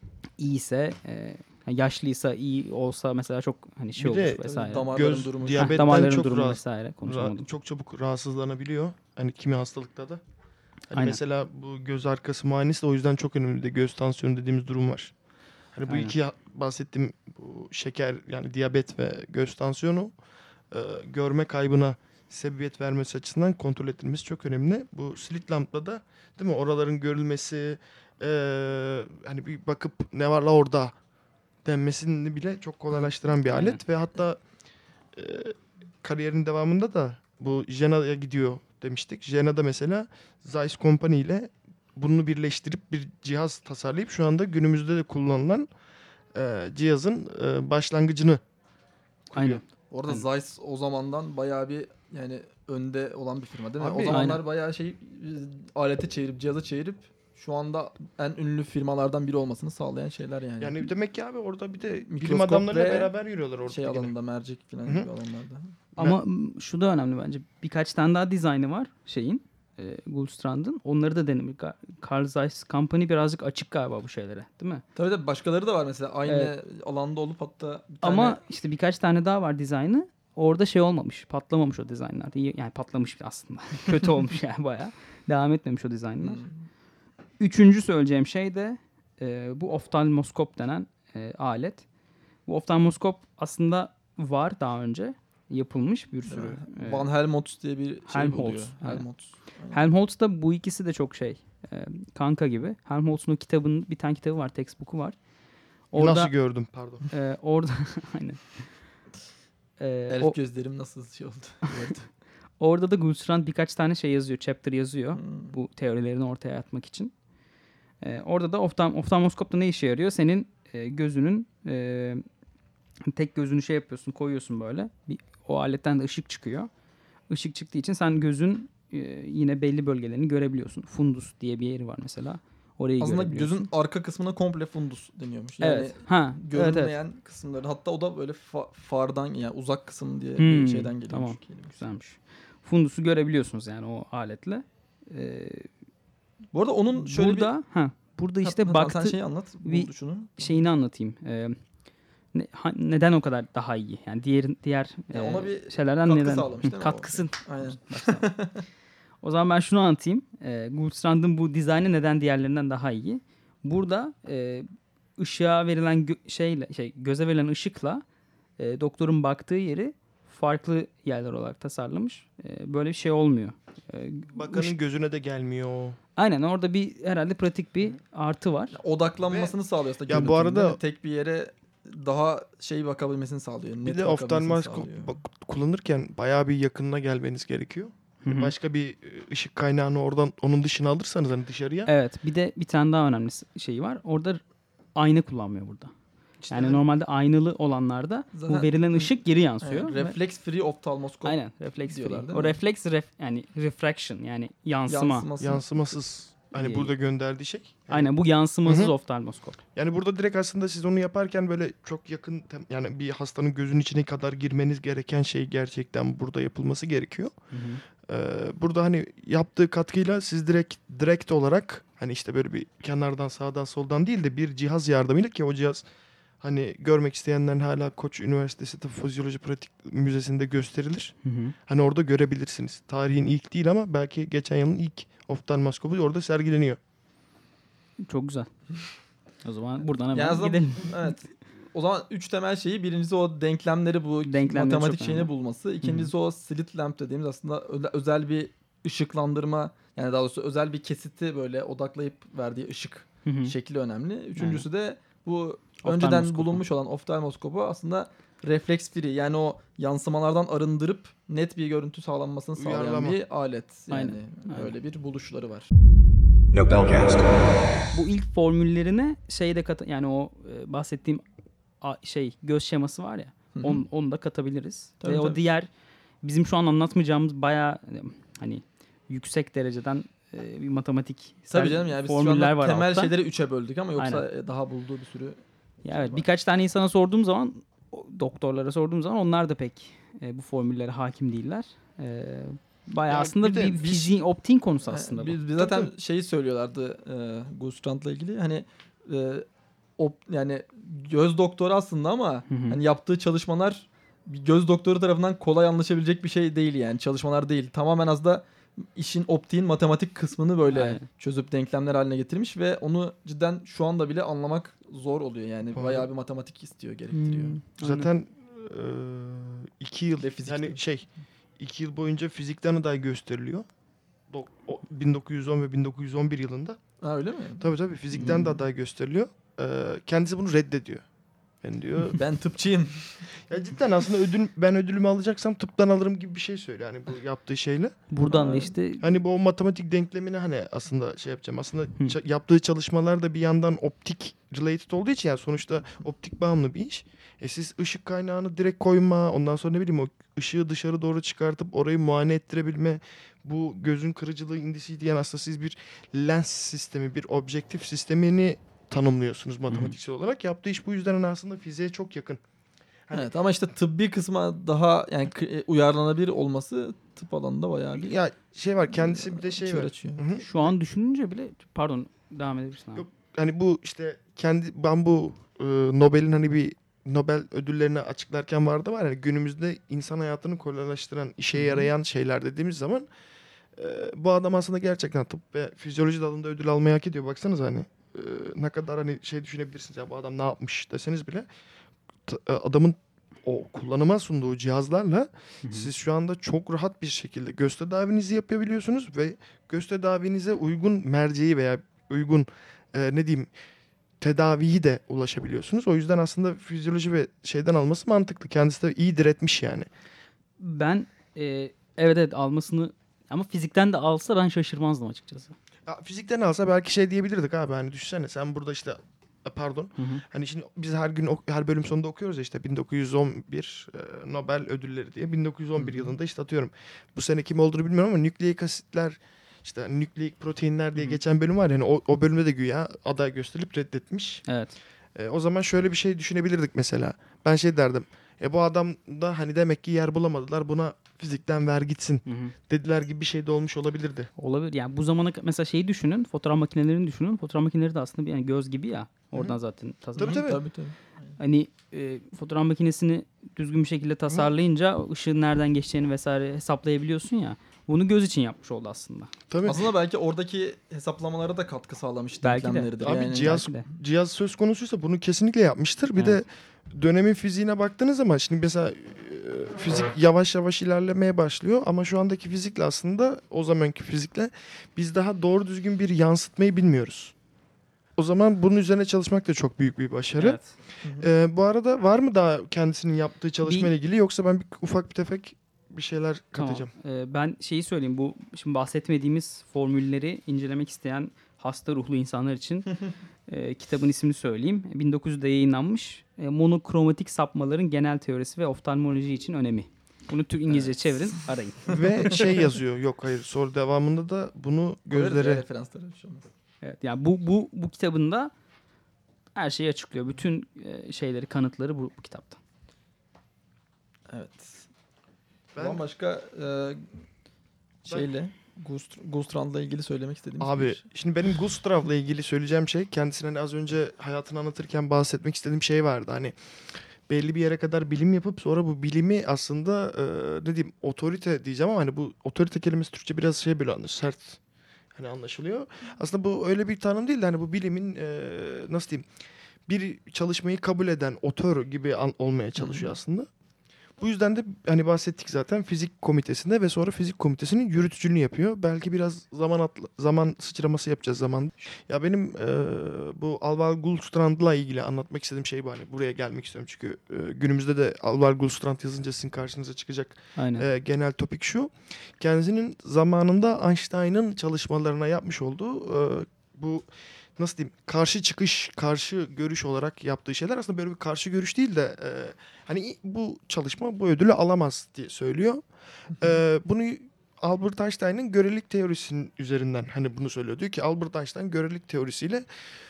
iyiyse, e, yaşlıysa, iyi olsa mesela çok hani şey Bir de olur vesaire. damarların Göz durumu. Heh, diyabetten damarların çok durumu rahatsız. vesaire konuşamadım. Ra- çok çabuk rahatsızlanabiliyor. Hani kimi hastalıkta da. Hani Aynen. mesela bu göz arkası muayenesi de o yüzden çok önemli. Bir de göz tansiyonu dediğimiz durum var. Hani bu Aynen. iki ha- bahsettiğim bu şeker yani diyabet ve göz tansiyonu e, görme kaybına sebebiyet vermesi açısından kontrol ettirilmesi çok önemli. Bu slit lampla da değil mi? Oraların görülmesi e, hani bir bakıp ne var la orada denmesini bile çok kolaylaştıran bir Aynen. alet ve hatta e, kariyerin devamında da bu Jena'ya gidiyor demiştik. Jena'da mesela Zeiss Company ile bunu birleştirip bir cihaz tasarlayıp şu anda günümüzde de kullanılan e, cihazın e, başlangıcını Aynen. Orada Aynen. Zeiss o zamandan bayağı bir yani önde olan bir firma değil mi? Abi, o zamanlar aynen. bayağı şey alete çevirip cihaza çevirip şu anda en ünlü firmalardan biri olmasını sağlayan şeyler yani. yani demek ki abi orada bir de bilim Mikroskop adamlarıyla ve beraber yürüyorlar orada. şey yine. alanında mercek falan Hı hı. gibi alanlarda. Ama m, şu da önemli bence. Birkaç tane daha dizaynı var şeyin. E, Goldstrand'ın. Onları da denemiş. Ga- Carl Zeiss Company birazcık açık galiba bu şeylere. Değil mi? Tabii tabii başkaları da var mesela aynı Evet. alanda olup hatta bir tane Ama işte birkaç tane daha var dizaynı. Orada şey olmamış. Patlamamış o dizaynlar. İyi- Yani patlamış aslında. Kötü olmuş yani bayağı. Devam etmemiş o dizaynlar. Hmm. Üçüncü söyleyeceğim şey de e, bu oftalmoskop denen e, alet. Bu oftalmoskop aslında var daha önce. Yapılmış bir sürü. e, Van Helmholtz diye bir şey Helmholtz, oluyor. aynen. Helmholtz. Aynen. Helmholtz'da bu ikisi de çok şey. e, kanka gibi. Helmholtz'un o kitabının bir tane kitabı var. Textbook'u var. Orada, Nasıl gördüm pardon. e, orada aynen. E, Elf o- gözlerim nasıl şey oldu. Evet. orada da Goldstrand birkaç tane şey yazıyor. Chapter yazıyor. Hmm. Bu teorilerini ortaya atmak için. Ee, orada da oftal oftalmoskopta ne işe yarıyor? Senin e, gözünün e, tek gözünü şey yapıyorsun, koyuyorsun böyle. Bir, o aletten de ışık çıkıyor. Işık çıktığı için sen gözün e, yine belli bölgelerini görebiliyorsun. Fundus diye bir yeri var mesela. Orayı Aslında görebiliyorsun. gözün arka kısmına komple fundus deniyormuş. Yani evet. Ha, evet, evet. görünmeyen kısımları. Hatta o da böyle fa- fardan yani uzak kısım diye Hmm, bir şeyden geliyormuş. tamam. Kelime. Güzelmiş. Fundusu görebiliyorsunuz yani o aletle. Ee, Bu arada onun şöyle burada ha burada bir... işte Ha, baktı Sen şeyi anlat. bir- buldu şunu. şeyini anlatayım. Ee, ne- ha- neden o kadar daha iyi? Yani diğer diğer Ya e, ona bir şeylerden katkı neden sağlamış değil mi o? katkısı. Aynen. O zaman ben şunu anlatayım. E, Goldstrand'ın bu dizaynı neden diğerlerinden daha iyi? Burada e, ışığa verilen gö- şeyle şey göze verilen ışıkla e, doktorun baktığı yeri farklı yerler olarak tasarlamış. E, böyle bir şey olmuyor. E, Bakanın ışık- gözüne de gelmiyor. Aynen orada bir herhalde pratik bir artı var. Odaklanmasını Ve- sağlıyor aslında. Ya bu görüntünün, arada- değil mi? tek bir yere daha şey bakabilmesini sağlıyor. Bir net de bakabilmesini oftalmoskop sağlıyor. bak- kullanırken bayağı bir yakınına gelmeniz gerekiyor. Hı hı. Başka bir e, ışık kaynağını oradan onun dışına alırsanız hani dışarıya. Evet, bir de bir tane daha önemli s- şeyi var. Orada ayna kullanmıyor burada. işte Yani hani- normalde aynalı olanlarda Zaten- bu verilen ışık geri yansıyor. Evet, ve- reflex free oftalmoskop Aynen, reflex diyorlar, free. değil O mi? reflex ref, yani refraction yani yansıma. yansıması. yansımasız. Hani Ee, burada gönderdiği şey. Yani, Aynen bu yansımasız Hı hı. oftalmoskop. yani burada direkt aslında siz onu yaparken böyle çok yakın tem- yani bir hastanın gözünün içine kadar girmeniz gereken şey gerçekten burada yapılması gerekiyor. Hı hı. Ee, burada hani yaptığı katkıyla siz direkt direkt olarak hani işte böyle bir kenardan sağdan soldan değil de bir cihaz yardımıyla ki o cihaz hani görmek isteyenlerin hala Koç Üniversitesi Tıp Fizyoloji Pratik Müzesi'nde gösterilir. Hı hı. Hani orada görebilirsiniz. Tarihin ilk değil ama belki geçen yılın ilk oftalmoskopu orada sergileniyor. Çok güzel. O zaman buradan hemen Yani aslında- gidelim. Evet. O zaman üç temel şeyi, birincisi o denklemleri bu Denklemleri matematik çok şeyini önemli. bulması. İkincisi o slit lamp dediğimiz aslında öyle- özel bir ışıklandırma, yani daha doğrusu özel bir kesiti böyle odaklayıp verdiği ışık Hı hı. şekli önemli. Üçüncüsü de bu önceden Oftalmoskopu. bulunmuş olan oftalmoskopu aslında reflex free, yani o yansımalardan arındırıp net bir görüntü sağlanmasını sağlayan Uyarlama. bir alet. Yani Aynen, aynen. öyle bir buluşları var. Nobelcast. Bu ilk formüllerine şey de kat yani o e, bahsettiğim a- şey göz şeması var ya. Hı hı. On, onu da katabiliriz. Tabii, Ve o tabii. diğer bizim şu an anlatmayacağımız bayağı e, hani yüksek dereceden e, bir matematik Tabii canım, yani biz şu formüller anda var temel altta. şeyleri üçe böldük ama yoksa Aynen. daha bulduğu bir sürü Ya evet, birkaç tane insana sorduğum zaman o doktorlara sorduğum zaman onlar da pek e, bu formüllere hakim değiller. E, bayağı Ya aslında bir de bir biz- fiziğin optiğin konusu aslında bu. Biz, biz zaten şeyi söylüyorlardı e, Gustrand'la ilgili, hani e, op, yani göz doktoru aslında ama Hı hı. hani yaptığı çalışmalar bir göz doktoru tarafından kolay anlaşabilecek bir şey değil, yani çalışmalar değil. Tamamen az da işin optiğin matematik kısmını böyle Aynen. çözüp denklemler haline getirmiş ve onu cidden şu anda bile anlamak zor oluyor, yani Doğru. bayağı bir matematik istiyor, gerektiriyor. Hmm, Zaten e, iki yıl Ve fizikte. yani şey iki yıl boyunca fizikten aday gösteriliyor. Dok- o- bin dokuz yüz on ve bin dokuz yüz on bir yılında. Ha, öyle mi? Tabii tabii fizikten de Hmm. aday gösteriliyor. Ee, kendisi bunu reddediyor. Ben diyor. Ben tıpçıyım. ya cidden aslında ödül ben ödülümü alacaksam tıptan alırım gibi bir şey söylüyor. Yani bu yaptığı şeyle. Buradan da işte Hani bu o matematik denklemini hani aslında şey yapacağım. Aslında Hı. ça- yaptığı çalışmalar da bir yandan optik related olduğu için yani sonuçta optik bağımlı bir iş. E siz ışık kaynağını direkt koyma, ondan sonra ne bileyim o ışığı dışarı doğru çıkartıp orayı muayene ettirebilme, bu gözün kırıcılığı indisi diyen aslında siz bir lens sistemi, bir objektif sistemini tanımlıyorsunuz matematiksel olarak. Yaptığı iş bu yüzden hani aslında fiziğe çok yakın. Hani- Evet, ama işte tıbbi kısma daha yani k- e, uyarlanabilir olması tıp alanında bayağı bir Ya şey var kendisi bir de şey çığır var. açıyor. Hı hı. şu an düşününce bile pardon devam edebilirsin abi. Yok. Hani bu işte kendi ben bu e, Nobel'in hani bir Nobel ödüllerini açıklarken vardı var yani günümüzde insan hayatını kolaylaştıran, işe yarayan şeyler dediğimiz zaman e, bu adam aslında gerçekten tıp ve fizyoloji dalında ödül almayı hak ediyor. Baksanıza hani e, ne kadar hani şey düşünebilirsiniz ya bu adam ne yapmış deseniz bile t- e, adamın o kullanıma sunduğu cihazlarla Hı hı. siz şu anda çok rahat bir şekilde göz tedavinizi yapabiliyorsunuz ve göz tedavinize uygun merceği veya uygun e, ne diyeyim tedaviyi de ulaşabiliyorsunuz. O yüzden aslında fizyoloji ve şeyden alması mantıklı. Kendisi de iyi diretmiş yani. Ben e, evet evet almasını ama fizikten de alsa ben şaşırmazdım açıkçası. Ya, fizikten alsa belki şey diyebilirdik abi hani düşünsene sen burada işte e, pardon Hı hı. hani şimdi biz her gün ok- her bölüm sonunda okuyoruz ya işte bin dokuz yüz on bir e, Nobel ödülleri diye bin dokuz yüz on bir Hı hı. yılında işte atıyorum bu sene kim olduğunu bilmiyorum ama nükleik asitler işte nükleik proteinler diye Hı hı. geçen bölüm var yani o, o bölümde de güya aday gösterilip reddetmiş. Evet. E, o zaman şöyle bir şey düşünebilirdik mesela. Ben şey derdim. E bu adam da hani demek ki yer bulamadılar. Buna fizikten ver gitsin Hı hı. dediler gibi bir şey de olmuş olabilirdi. Olabilir. Yani bu zamana ka- mesela şeyi düşünün. Fotoğraf makinelerini düşünün. Fotoğraf makineleri de aslında bir yani göz gibi ya. Oradan zaten tasarlanıyor. Tabii, tabii. Tabii tabii. Hani e, fotoğraf makinesini düzgün bir şekilde tasarlayınca ışığın nereden geçeceğini vesaire hesaplayabiliyorsun ya. Bunu göz için yapmış oldu aslında. Tabii. Aslında belki oradaki hesaplamalara da katkı sağlamış Belki de. denklemleridir. Abi yani. cihaz belki de. cihaz söz konusuysa bunu kesinlikle yapmıştır. Bir Evet. de dönemin fiziğine baktığınız zaman şimdi mesela e, fizik yavaş yavaş ilerlemeye başlıyor ama şu andaki fizikle aslında o zamanki fizikle biz daha doğru düzgün bir yansıtmayı bilmiyoruz. O zaman bunun üzerine çalışmak da çok büyük bir başarı. Evet. Ee, bu arada var mı daha kendisinin yaptığı çalışma ile Bir- ilgili yoksa ben bir, ufak bir tefek bir şeyler Tamam. katacağım. Ee, ben şeyi söyleyeyim. Bu şimdi bahsetmediğimiz formülleri incelemek isteyen hasta ruhlu insanlar için e, kitabın ismini söyleyeyim. bin dokuz yüzde yayınlanmış. E, monokromatik sapmaların genel teorisi ve oftalmoloji için önemi. Bunu Türk İngilizce çevirin, arayın. Ve şey yazıyor. Yok hayır soru devamında da bunu Koyarız ya gözlere referansları bir şey olmaz. Evet, yani bu bu bu kitabında her şeyi açıklıyor. Bütün e, şeyleri, kanıtları bu, bu kitapta. Evet. Ben- Ben başka e, şeyle Gust- Gustrand'la ilgili söylemek istediğim Abi bir şey. şimdi benim Gustrav'la ilgili söyleyeceğim şey kendisine hani az önce hayatını anlatırken bahsetmek istediğim şey vardı. Hani belli bir yere kadar bilim yapıp sonra bu bilimi aslında e, ne diyeyim otorite diyeceğim ama hani bu otorite kelimesi Türkçe biraz şey böyle anlıyor, sert hani anlaşılıyor. Aslında bu öyle bir tanım değil de hani bu bilimin e, nasıl diyeyim bir çalışmayı kabul eden otör gibi an- olmaya çalışıyor aslında. Bu yüzden de hani bahsettik zaten fizik komitesinde ve sonra fizik komitesinin yürütücülüğünü yapıyor. Belki biraz zaman atla- zaman sıçraması yapacağız zaman. Ya benim e, bu Alvar Gullstrand'la ilgili anlatmak istediğim şey bu hani buraya gelmek istiyorum çünkü e, günümüzde de Alvar Gullstrand yazınca sizin karşınıza çıkacak Aynen. e, genel topik şu. Kendisinin zamanında Einstein'ın çalışmalarına yapmış olduğu e, bu nasıl diyeyim karşı çıkış, karşı görüş olarak yaptığı şeyler aslında böyle bir karşı görüş değil de e, hani bu çalışma bu ödülü alamaz diye söylüyor. E, bunu Albert Einstein'ın görelilik teorisinin üzerinden hani bunu söylüyor. Diyor ki Albert Einstein görelilik teorisiyle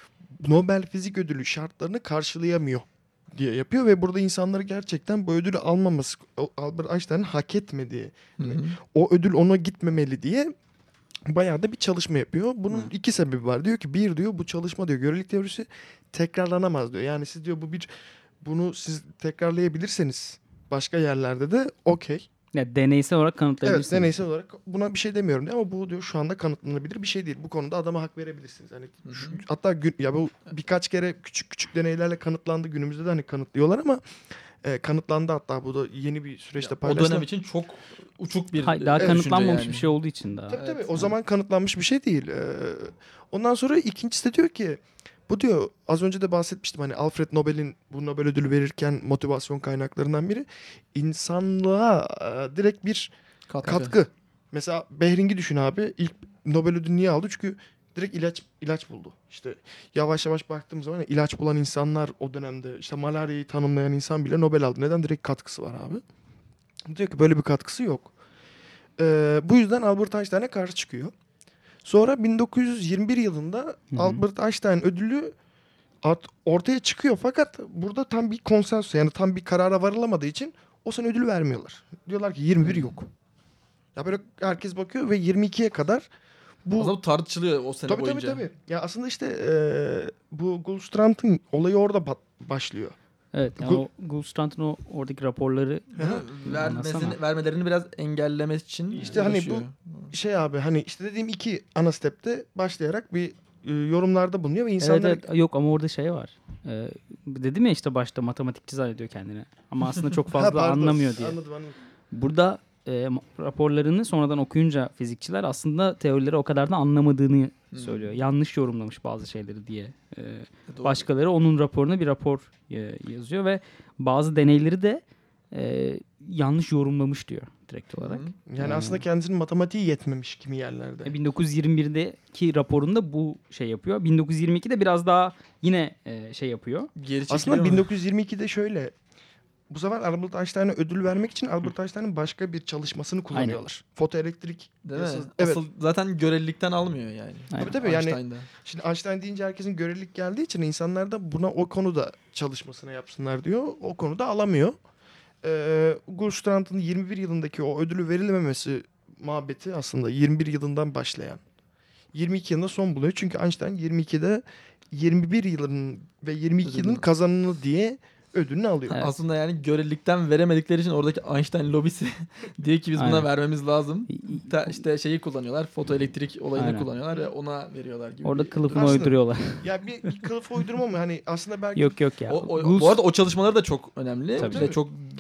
Nobel Fizik Ödülü şartlarını karşılayamıyor diye yapıyor ve burada insanları gerçekten bu ödülü almaması, o Albert Einstein'ın hak etmediği, Hı hı. o ödül ona gitmemeli diye bayağı da bir çalışma yapıyor. Bunun Hı. iki sebebi var. Diyor ki bir diyor bu çalışma diyor görelilik teorisi tekrarlanamaz diyor. Yani siz diyor bu bir bunu siz tekrarlayabilirseniz başka yerlerde de okey. Ya, deneysel olarak Evet kanıtlayabilirsiniz. deneysel olarak buna bir şey demiyorum diyor ama bu diyor şu anda kanıtlanabilir bir şey değil. Bu konuda adama hak verebilirsiniz. Hani Hı hı. şu- hatta gün, ya bu birkaç kere küçük küçük deneylerle kanıtlandı. Günümüzde de hani kanıtlıyorlar ama e, kanıtlandı hatta bu da yeni bir süreçte O paylaşılan. dönem için çok uçuk bir Hayır, daha düşünce kanıtlanmamış yani. bir şey olduğu için daha. Tabii tabii Evet, o evet. zaman kanıtlanmış bir şey değil. Ee, ondan sonra ikincisi de diyor ki bu diyor az önce de bahsetmiştim hani Alfred Nobel'in bu Nobel ödülü verirken motivasyon kaynaklarından biri insanlığa e, direkt bir Katkı. katkı. Mesela Behring'i düşün abi ilk Nobel ödülünü niye aldı? Çünkü direkt ilaç ilaç buldu. İşte yavaş yavaş baktığımız zaman ilaç bulan insanlar o dönemde işte malaryayı tanımlayan insan bile Nobel aldı. Neden? Direkt katkısı var abi. Diyor ki böyle bir katkısı yok. Ee, bu yüzden Albert Einstein'a karşı çıkıyor. Sonra bin dokuz yüz yirmi bir yılında Hı hı. Albert Einstein ödülü at- ortaya çıkıyor fakat burada tam bir konsensus yani tam bir karara varılamadığı için o sene ödül vermiyorlar. Diyorlar ki yirmi bir yok. Ya böyle herkes bakıyor ve yirmi ikiye kadar bu Aslında bu tartışılıyor o sene tabii boyunca. tabii tabii. Ya aslında işte eee bu Gullstrand'ın olayı orada bat- başlıyor. Evet, yani Gu- o Gullstrand'ın o oradaki raporları Bunu vermesini, Anlatsana. vermelerini biraz engellemek için İşte hani bu- uğraşıyor. Şey abi hani işte dediğim iki ana stepte başlayarak bir e, yorumlarda bulunuyor ve insanlar Evet, evet, yok ama orada şey var. Ee, dedim ya işte başta matematikçi zannediyor kendini. Ama aslında çok Ha, fazla pardon. anlamıyor diye. Anladım anladım. Burada e, ma- raporlarını sonradan okuyunca fizikçiler aslında teorileri o kadar da anlamadığını Hmm. söylüyor. Yanlış yorumlamış bazı şeyleri diye. Ee, Doğru. başkaları onun raporuna bir rapor e, yazıyor ve bazı deneyleri de e, yanlış yorumlamış diyor direkt olarak. Hı. Yani Hmm. aslında kendisinin matematiği yetmemiş kimi yerlerde. E, bin dokuz yüz yirmi birdeki raporunda bu şey yapıyor. bin dokuz yüz yirmi ikide biraz daha yine e, şey yapıyor. Geri Aslında çekiliyor mu? bin dokuz yüz yirmi ikide şöyle bu sefer Albert Einstein'a ödül vermek için Albert Einstein'ın başka bir çalışmasını kullanıyorlar. Fotoelektrik. Değil mi? yasası- Evet. Asıl zaten görelilikten almıyor yani. Aynen. Tabii tabii yani Einstein'da. şimdi Einstein deyince herkesin görelilik geldiği için insanlar da buna o konuda çalışmasını yapsınlar diyor. O konuda alamıyor. Ee, Gullstrand'ın yirmi bir yılındaki o ödülü verilmemesi muhabbeti aslında yirmi bir yılından başlayan. yirmi iki yılında son buluyor. Çünkü Einstein yirmi ikide yirmi bir yılının ve yirmi iki yılın Ödülünü. kazananı diye ödülünü alıyor. Evet. Aslında yani görelilikten veremedikleri için oradaki Einstein lobisi diyor ki biz buna Aynen. vermemiz lazım. İ- i- Ta, işte şeyi kullanıyorlar. Fotoelektrik olayını Aynen. kullanıyorlar ve ona veriyorlar gibi. Orada bir- kılıfını Aslında- uyduruyorlar. Ya bir, bir kılıf uydurma mı? Hani aslında belki yok yok ya. O, o- Gulls- bu arada o çalışmaları da çok önemli Tabii. ve çok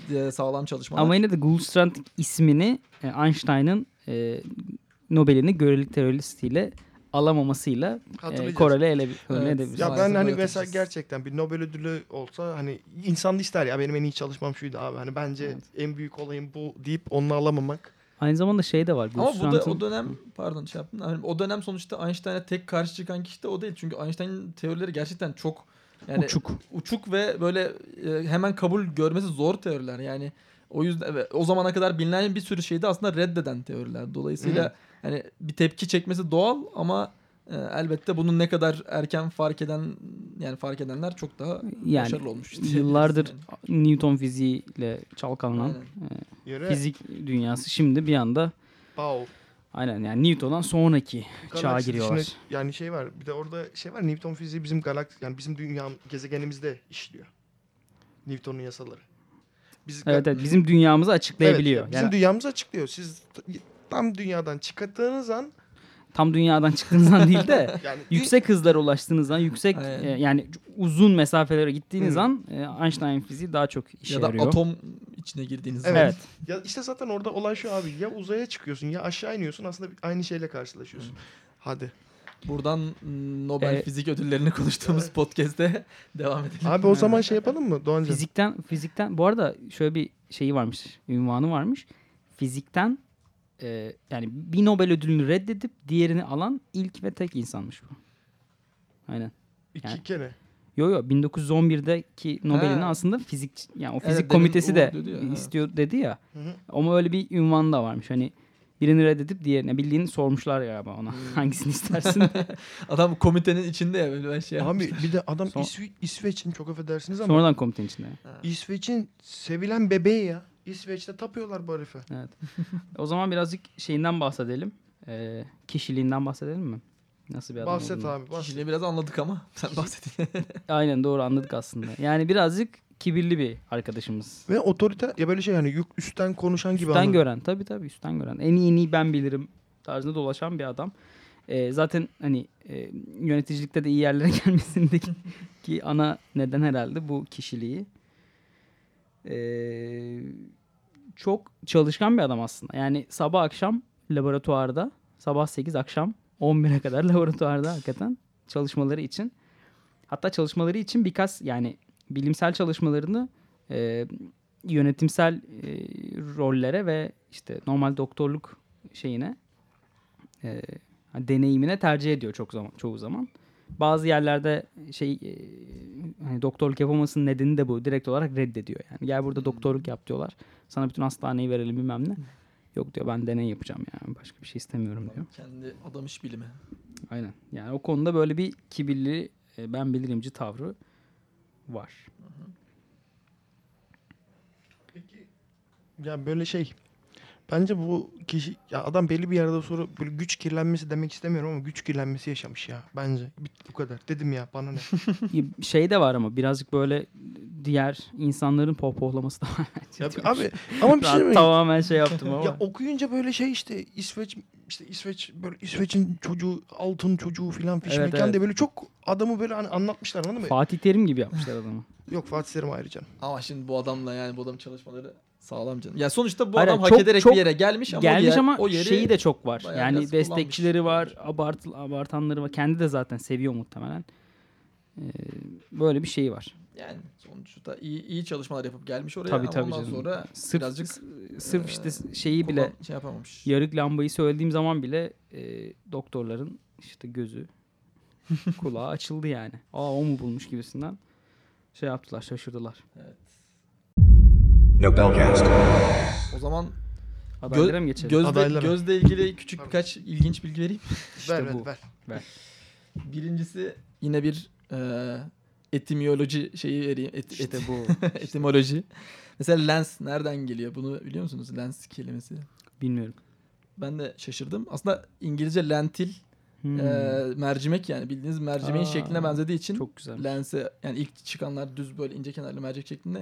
e, sağlam çalışmalar. Ama yine de Goldstrand ismini e, Einstein'ın e, Nobel'ini görelilik teoristiyle alamamasıyla e, korele ele, Evet. edebiliriz. Ya Maalesef ben hani öyle mesela yapacağız. gerçekten bir Nobel ödülü olsa hani insan da ister ya benim en iyi çalışmam şuydu abi. Hani bence Evet. en büyük olayım bu deyip onu alamamak. Aynı zamanda şey de var. Ama bu da Goldstrand'ın- o dönem pardon şey yaptım. Yani o dönem sonuçta Einstein'a tek karşı çıkan kişi de o değil. Çünkü Einstein'ın teorileri gerçekten çok yani Uçuk. uçuk ve böyle e, hemen kabul görmesi zor teoriler. Yani o yüzden ve o zamana kadar bilinen bir sürü şeyi de aslında reddeden teoriler. Dolayısıyla Hı. hani bir tepki çekmesi doğal ama e, elbette bunun ne kadar erken fark eden yani fark edenler çok daha Yani başarılı olmuş. yıllardır Yani. Newton fiziğiyle çalkalanan Aynen. e, Yere fizik dünyası şimdi bir anda Pow. aynen yani Newton'dan sonraki çağa Galaksi giriyorlar. dışına- yani şey var. Bir de orada şey var. Newton fiziği bizim galaksi yani bizim dünya gezegenimizde işliyor. Newton'un yasaları. Biz Evet, evet bizim dünyamızı açıklayabiliyor. Evet, bizim Yani dünyamızı açıklıyor. Siz t- tam dünyadan çıkarttığınız an tam dünyadan çıktığınızdan değil de yani yüksek hızlara ulaştığınız an, yüksek Aynen. e, yani uzun mesafelere gittiğiniz Hı. an e, Einstein fiziği daha çok işe Ya da yarıyor. atom içine girdiğiniz Evet. zaman. Evet. ya işte zaten orada olay şu abi. Ya uzaya çıkıyorsun ya aşağı iniyorsun. Aslında aynı şeyle karşılaşıyorsun. Hadi. Buradan mm, Nobel Ee, Fizik Ödülleri'ni konuştuğumuz podcast'te devam edelim. Abi o zaman şey yapalım mı Doğancan? Fizikten fizikten bu arada şöyle bir şeyi varmış, ünvanı varmış. Fizikten e, yani bir Nobel ödülünü reddedip diğerini alan ilk ve tek insanmış bu. Aynen. İki yani- kere. Yo yo bin dokuz yüz on birdeki Nobel'ini Ha. aslında fizik yani o Evet, fizik demin komitesi de Uğur dedi ya, evet. istiyor dedi ya. Hı hı. Ama öyle bir ünvan da varmış. Hani birini reddedip diğerine bildiğini sormuşlar galiba ona. Hmm. Hangisini istersin diye. Adam komitenin içinde ya böyle ben şey Abi yapmıştım. bir de adam Son- İsvi- İsveç'in çok affedersiniz ama Sonradan komitenin içinde. İsveç'in sevilen bebeği ya. İsveç'te tapıyorlar bu herife. Evet. O zaman birazcık şeyinden bahsedelim. Ee, kişiliğinden bahsedelim mi? Nasıl bir adam Bahset olduğunu. abi bahset. Kişiliği biraz anladık ama sen bahsedin. Aynen doğru anladık aslında. Yani birazcık kibirli bir arkadaşımız. Ve otorite ya böyle şey yani yük üstten konuşan gibi Üstten anladım. gören tabii tabii üstten gören. En iyi en iyi ben bilirim tarzında dolaşan bir adam. Ee, zaten hani e, yöneticilikte de iyi yerlere gelmesindeki ki ana neden herhalde bu kişiliği. Ee, çok çalışkan bir adam aslında. Yani sabah akşam laboratuvarda, sabah sekiz akşam on bire kadar laboratuvarda hakikaten çalışmaları için. Hatta çalışmaları için birkaç yani bilimsel çalışmalarını e, yönetimsel e, rollere ve işte normal doktorluk şeyine e, deneyimine tercih ediyor çok zaman çoğu zaman. Bazı yerlerde şey e, hani doktorluk yapamamasının nedeni de bu. Direkt olarak reddediyor yani. Gel burada doktorluk yap diyorlar. Sana bütün hastaneyi verelim bilmem ne. Yok diyor ben deney yapacağım yani. Başka bir şey istemiyorum diyor. Kendi adam iş bilimi. Aynen. Yani o konuda böyle bir kibirli e, ben bilirimci tavrı var. Ya böyle şey. Bence bu kişi ya adam belli bir yerde sonra böyle güç kirlenmesi demek istemiyorum ama güç kirlenmesi yaşamış ya bence. Bitti bu kadar. Dedim ya bana ne. Şey de var ama birazcık böyle diğer insanların pohpohlaması da var. ya, abi ama bir şey Ben demek. tamamen şey yaptım ama. Ya okuyunca böyle şey işte İsveç işte İsveç böyle İsveç'in çocuğu altın çocuğu filan fiş Evet, mekan evet. diye böyle çok adamı böyle hani anlatmışlar anladın mı? Fatih Terim gibi yapmışlar adamı. Yok Fatih Terim ayrıca. Ama şimdi bu adamla yani bu adamın çalışmaları sağlam canım. Ya sonuçta bu Hayır, adam hak çok- ederek çok bir yere gelmiş ama Gelmiş o, yer, ama o yeri şeyi de çok var. bayağı Yani biraz destekçileri kullanmış. var, abart, abartanları var. Kendi de zaten seviyor muhtemelen. Ee, böyle bir şey var. yani sonuçta iyi iyi çalışmalar yapıp gelmiş oraya Tabii ama tabii ondan canım. sonra Sırf, birazcık sırf e, işte şeyi bile kullan- şey yapamamış. yarık lambayı söylediğim zaman bile e, doktorların işte gözü kulağı açıldı yani. Aa o mu bulmuş gibisinden şey yaptılar, şaşırdılar. Nobelcast. O zaman Adaylara gö- mı geçelim? gözle, Adaylara. gözle ilgili küçük birkaç ilginç bilgi vereyim. ver bu. ver ver. Birincisi yine bir e, etimiyoloji şeyi vereyim. Et, İşte et- bu. etimoloji. Mesela lens nereden geliyor? Bunu biliyor musunuz? Lens kelimesi. Bilmiyorum. Ben de şaşırdım. Aslında İngilizce lentil Hmm, e, mercimek yani bildiğiniz mercimeğin Aa, şekline benzediği için çok güzel. lense yani ilk çıkanlar düz böyle ince kenarlı mercek şeklinde ya.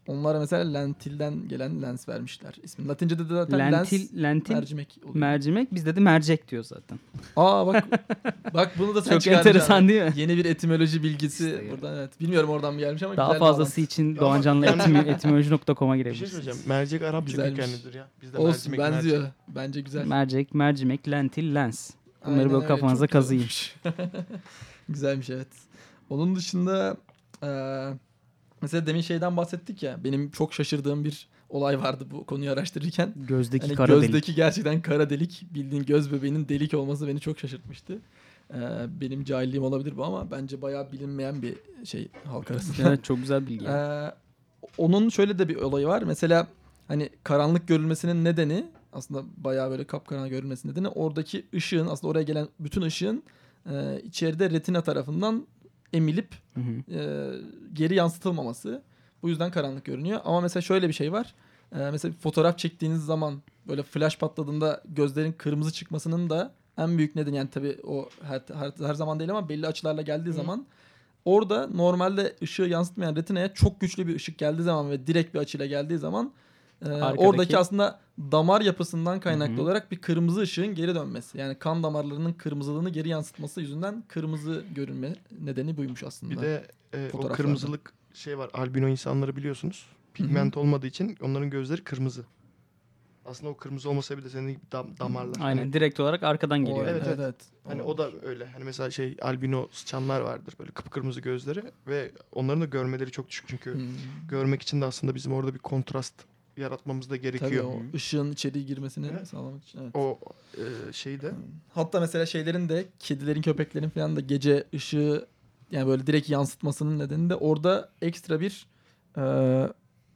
Onlara mesela lentilden gelen lens vermişler. İsmi Latince'de de zaten Lentil, lens lentil mercimek oluyor. mercimek. Bizde de mercek diyor zaten. Aa bak bak bunu da sen Çok çıkaracaksın. enteresan değil mi? Yeni bir etimoloji bilgisi İşte ya. buradan evet. Bilmiyorum oradan mı gelmiş ama Daha güzel fazlası bağlantı. için Ya Doğancan'la ama- etimi- etimoloji nokta com'a Bir şey girebilirsiniz. söyleyeceğim. Mercek Arapça Güzelmiş. kökenlidir ya. Bizde Olsun mercimek, benziyor. mercek. Bence güzel. Mercek, mercimek, lentil, lens. Bunları Aynen böyle öyle, kafanıza çok güzel kazıyın. olmuş. Güzelmiş evet. Onun dışında eee, mesela demin şeyden bahsettik ya. Benim çok şaşırdığım bir olay vardı bu konuyu araştırırken. Gözdeki Hani kara gözdeki delik. gerçekten kara delik. Bildiğin göz bebeğinin delik olması beni çok şaşırtmıştı. Eee, benim cahilliğim olabilir bu ama bence bayağı bilinmeyen bir şey halk arasında. Evet, çok güzel bilgi. Ee, onun şöyle de bir olayı var. Mesela hani karanlık görülmesinin nedeni aslında bayağı böyle kapkaranlık görülmesinin nedeni oradaki ışığın aslında oraya gelen bütün ışığın e, içeride retina tarafından emilip Hı hı. e, geri yansıtılmaması. Bu yüzden karanlık görünüyor. Ama mesela şöyle bir şey var. E, mesela bir fotoğraf çektiğiniz zaman böyle flash patladığında gözlerin kırmızı çıkmasının da en büyük nedeni yani tabii o her, her, her zaman değil ama belli açılarla geldiği zaman orada normalde ışığı yansıtmayan retinaya çok güçlü bir ışık geldiği zaman ve direkt bir açıyla geldiği zaman e, Arkadaki- oradaki aslında damar yapısından kaynaklı Hı hı. olarak bir kırmızı ışığın geri dönmesi. Yani kan damarlarının kırmızılığını geri yansıtması yüzünden kırmızı görünme nedeni buymuş aslında. Bir de e, o Fotoğraflarda. kırmızılık şey var. Albino insanları biliyorsunuz. Pigment olmadığı için onların gözleri kırmızı. Aslında o kırmızı olmasa bile senin gibi dam- damarlar. Aynen, Hani, direkt olarak arkadan O- geliyor. evet, evet, evet. evet. hani o da öyle. Hani mesela şey albino sıçanlar vardır. Böyle kıpkırmızı gözleri ve onların da görmeleri çok düşük çünkü Hmm. görmek için de aslında bizim orada bir kontrast yaratmamız da Tabii gerekiyor. o ışığın içeri girmesini Evet. sağlamak için. Evet. O e, şeyi de Hatta mesela şeylerin de kedilerin köpeklerin falan da gece ışığı yani böyle direkt yansıtmasının nedeni de orada ekstra bir e,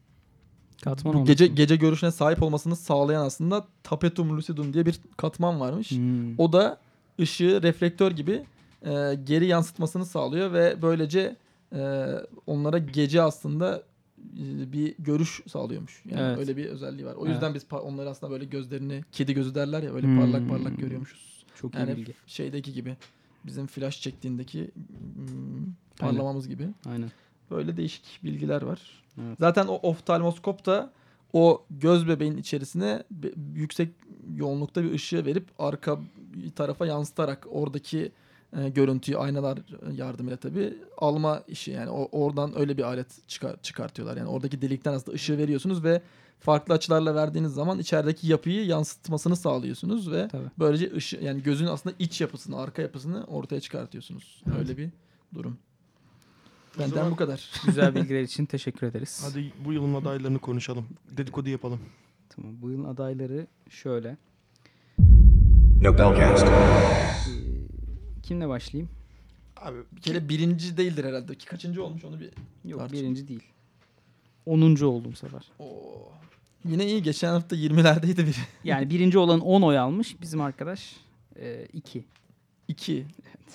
Katman bu olmuş. gece gece görüşüne sahip olmasını sağlayan aslında tapetum lucidum diye bir katman varmış. Hmm. O da ışığı reflektör gibi e, geri yansıtmasını sağlıyor ve böylece e, onlara gece aslında e, bir görüş sağlıyormuş. Yani Evet. öyle bir özelliği var. O Evet. yüzden biz pa- onları aslında böyle gözlerini kedi gözü derler ya böyle Hmm. parlak parlak görüyormuşuz. Çok iyi Yani bilgi. şeydeki gibi bizim flash çektiğindeki mm, parlamamız gibi. Aynen. Böyle değişik bilgiler var. Evet. Zaten o oftalmoskop da o göz bebeğin içerisine be- yüksek yoğunlukta bir ışığı verip arka tarafa yansıtarak oradaki e, görüntüyü aynalar yardımıyla tabii alma işi yani o, oradan öyle bir alet çıkar, çıkartıyorlar. Yani oradaki delikten aslında ışığı veriyorsunuz ve farklı açılarla verdiğiniz zaman içerideki yapıyı yansıtmasını sağlıyorsunuz ve Tabii. böylece ışığı yani gözün aslında iç yapısını, arka yapısını ortaya çıkartıyorsunuz. Öyle bir durum. O Benden zaman- bu kadar. Güzel bilgiler için teşekkür ederiz. hadi bu yılın adaylarını konuşalım. Dedikodu yapalım. Tamam, bu yılın adayları şöyle. Nobelcast. Ee, kimle başlayayım? Abi Bir kere birinci değildir herhalde. Ki kaçıncı olmuş onu bir Yok, tartışalım. birinci değil. Onuncu oldum bu sefer. Oo. Yine iyi. Geçen hafta yirmilerdeydi biri. Yani birinci olan on oy almış. Bizim arkadaş e, iki. İki.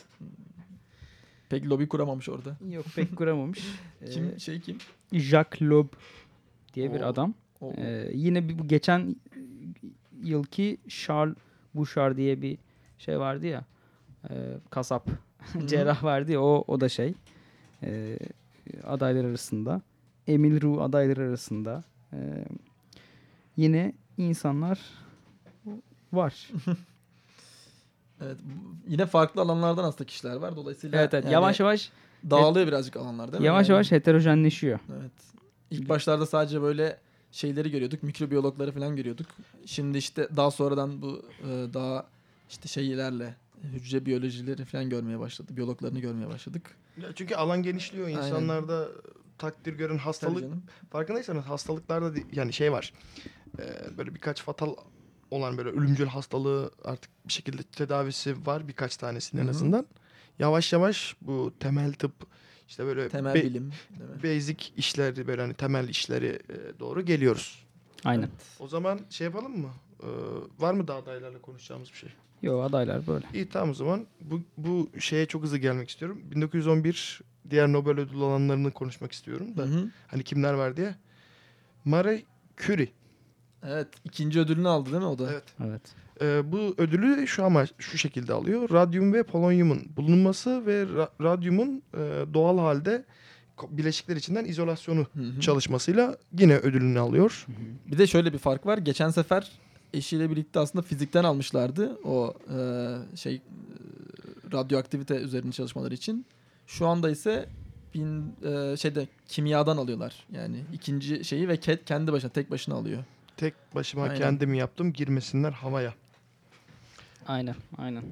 Pek lobi kuramamış orada. Yok, pek kuramamış. Kim Ee, şey kim? Jacques Loeb diye bir Oo. adam. O, Ee, yine bir, bu geçen yılki Charles Bouchard diye bir şey vardı ya. e, kasap. Cerrah vardı ya, o, o da şey. E, adaylar arasında. Emil Roux adaylar arasında. E, yine insanlar var. evet. bu- Yine farklı alanlardan aslında kişiler var. Dolayısıyla Evet, evet. yani yavaş yavaş dağılıyor birazcık alanlar değil mi? yavaş Yani- yavaş heterojenleşiyor. Evet. İlk başlarda sadece böyle şeyleri görüyorduk. Mikrobiyologları falan görüyorduk. Şimdi işte daha sonradan bu e, daha işte şeylerle hücre biyolojileri falan görmeye başladık. Biyologlarını görmeye başladık. Ya çünkü alan genişliyor. Aynen. İnsanlarda takdir gören Tabii hastalık canım. farkındaysanız hastalıklarda di- yani şey var. Ee, böyle birkaç fatal olan böyle ölümcül hastalığı artık bir şekilde tedavisi var birkaç tanesinin en Hı hı. azından. Yavaş yavaş bu temel tıp işte böyle Temel be- bilim. Değil mi? basic işleri böyle hani temel işleri e, doğru geliyoruz. Aynen. O zaman şey yapalım mı? Ee, var mı daha adaylarla konuşacağımız bir şey? Yo, adaylar böyle. İyi tamam o zaman. Bu, bu şeye çok hızlı gelmek istiyorum. bin dokuz yüz on bir diğer Nobel ödülü alanlarını konuşmak istiyorum da. Hı hı. Hani kimler var diye. Marie Curie. Evet. ikinci ödülünü aldı değil mi o da? Evet. Evet. Ee, bu ödülü şu ama şu şekilde alıyor. Radyum ve polonyumun bulunması ve ra- radyumun e, doğal halde ko- bileşikler içinden izolasyonu Hı hı. çalışmasıyla yine ödülünü alıyor. Bir de şöyle bir fark var. Geçen sefer eşiyle birlikte aslında fizikten almışlardı o e, şey e, radyoaktivite üzerine çalışmaları için. Şu anda ise bin e, şeyde kimyadan alıyorlar. Yani ikinci şeyi ve ke- kendi başına tek başına alıyor. Tek başıma Aynen. kendim yaptım, girmesinler havaya. Aynen, aynen.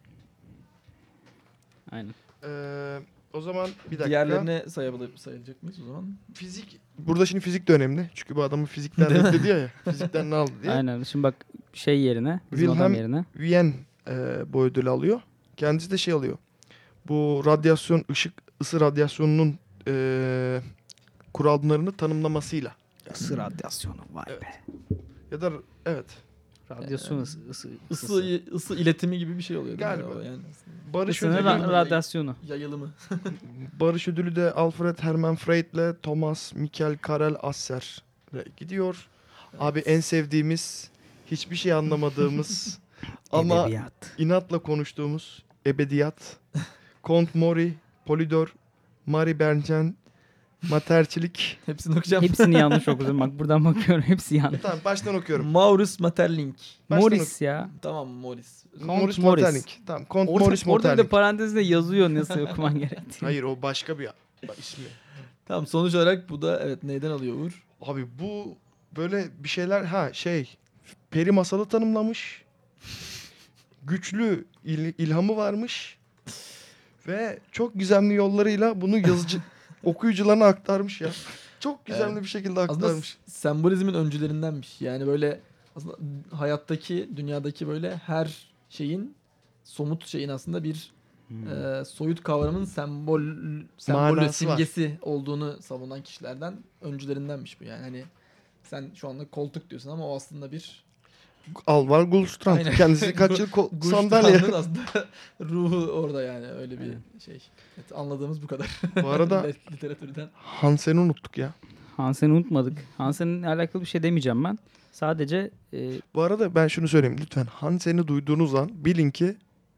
Aynen. Ee, o zaman bir dakika. Diğerlerine sayabilir, sayılacak mıyız o zaman? Fizik, burada şimdi fizik de önemli. Çünkü bu adamı fizikten Değil mi? reddediyor ya. Fizikten ne aldı diye. Aynen. Şimdi bak şey yerine, bizim Wilhelm adam yerine. Wien e, bu ödülü alıyor. Kendisi de şey alıyor. Bu radyasyon, ışık, ısı radyasyonunun e, kurallarını tanımlamasıyla. Isı radyasyonu vay Evet. be. Ya da evet. Radyasyon ısı, ısı, Isı, ısı iletimi gibi bir şey oluyor değil mi? Galiba. O yani Barış Isının ödülü, ra- radyasyonu. yayılımı. Barış ödülü de Alfred Hermann Freid'le Thomas Michael Karel Asser'le gidiyor. Abi en sevdiğimiz, hiçbir şey anlamadığımız ama Edebiyat. inatla konuştuğumuz ebediyat. Kont Mori, Polidor, Marie Berngen, Materçilik. Hepsini okuyacağım. Hepsini yanlış okudum. Bak buradan bakıyorum. Hepsi yanlış. Tamam baştan okuyorum. Maurus Maeterlinck. Baştan Morris ya. Tamam Morris. Morris Morris. Moternik. Tamam. Kont Orada, Morris orada bir de Moternik. parantezde yazıyor nasıl okuman gerektiğini. Hayır o başka bir ismi. Tamam sonuç olarak bu da evet neyden alıyor Uğur? Abi bu böyle bir şeyler ha şey peri masalı tanımlamış. Güçlü il- ilhamı varmış. Ve çok gizemli yollarıyla bunu yazıcı okuyucularına aktarmış ya. Çok gizemli Evet. bir şekilde Aslında aktarmış. s- sembolizmin öncülerindenmiş. Yani böyle aslında hayattaki, dünyadaki böyle her şeyin somut şeyin aslında bir e, soyut kavramın sembol sembolü, Manası var. simgesi olduğunu savunan kişilerden öncülerindenmiş bu yani. Hani sen şu anda koltuk diyorsun ama o aslında bir Alvar Gullstrand. Aynen. Kendisi kaç yıl ko- Gulstrand'ın sandalye. aslında ruhu orada yani öyle bir şey. Evet, anladığımız bu kadar. Bu arada Literatürden. Hansen'i unuttuk ya. Hansen'i unutmadık. Hansen'le alakalı bir şey demeyeceğim ben. Sadece e, Bu arada ben şunu söyleyeyim lütfen. Hansen'i duyduğunuz an bilin ki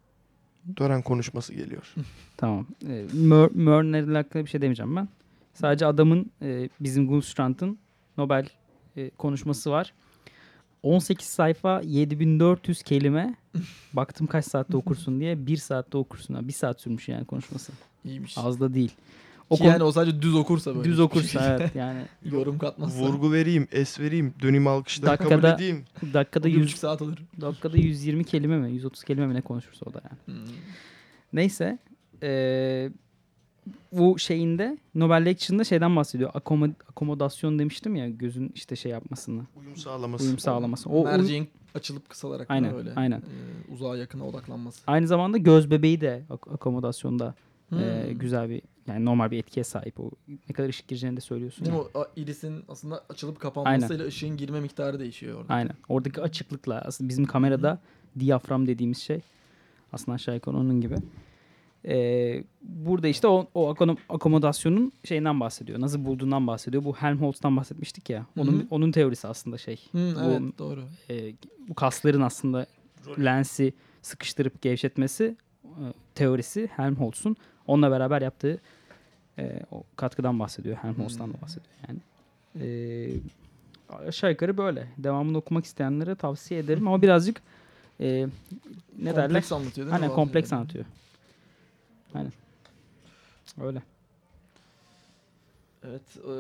tören konuşması geliyor. tamam. E, Mör, Mörner'le alakalı bir şey demeyeceğim ben. Sadece adamın e, bizim Gullstrand'ın Nobel e, konuşması var. on sekiz sayfa yedi bin dört yüz kelime. Baktım kaç saatte okursun diye. bir saatte okursun. Ha, bir saat sürmüş yani konuşması. İyiymiş. Az da değil. O Ki konu- yani o sadece düz okursa böyle. düz okursa evet yani. Yorum katmazsa. Vurgu vereyim, es vereyim, dönüm alkışları kabul Dakikada- edeyim. Dakikada Bir yüz buçuk saat olur. dakikada yüz yirmi kelime mi? yüz otuz kelime mi ne konuşursa o da yani. Hmm. Neyse. Eee bu şeyinde Nobel Lecture'ında şeyden bahsediyor. Akomo- akomodasyon demiştim ya gözün işte şey yapmasını. Uyum sağlaması. Uyum sağlaması. O, uy- Merceğin açılıp kısalarak da Aynen, böyle aynen. e, uzağa yakına odaklanması. aynı zamanda göz bebeği de ak- akomodasyonda Hmm. eee, güzel bir yani normal bir etkiye sahip. O ne kadar ışık gireceğini de söylüyorsun. Değil ya. mi? O a- irisin aslında açılıp kapanmasıyla ışığın girme miktarı değişiyor orada. Aynen. Oradaki açıklıkla aslında bizim kamerada diyafram dediğimiz şey aslında aşağı yukarı onun gibi. Ee, burada işte o, o akono- akomodasyonun şeyinden bahsediyor. Nasıl bulduğundan bahsediyor. Bu Helmholtz'tan bahsetmiştik ya. Onun Hı hı. onun teorisi aslında şey. Hmm, Bu- evet doğru. e, bu kasların aslında lensi sıkıştırıp gevşetmesi e, teorisi Helmholtz'un onunla beraber yaptığı e, o katkıdan bahsediyor. Helmholtz'tan Hmm. da bahsediyor yani. E, aşağı yukarı böyle. Devamını okumak isteyenlere tavsiye ederim ama birazcık e, ne derler? Kompleks anlatıyor değil mi? Aynen Bazı kompleks şeyleri? anlatıyor. Aynen. Öyle. Evet. E,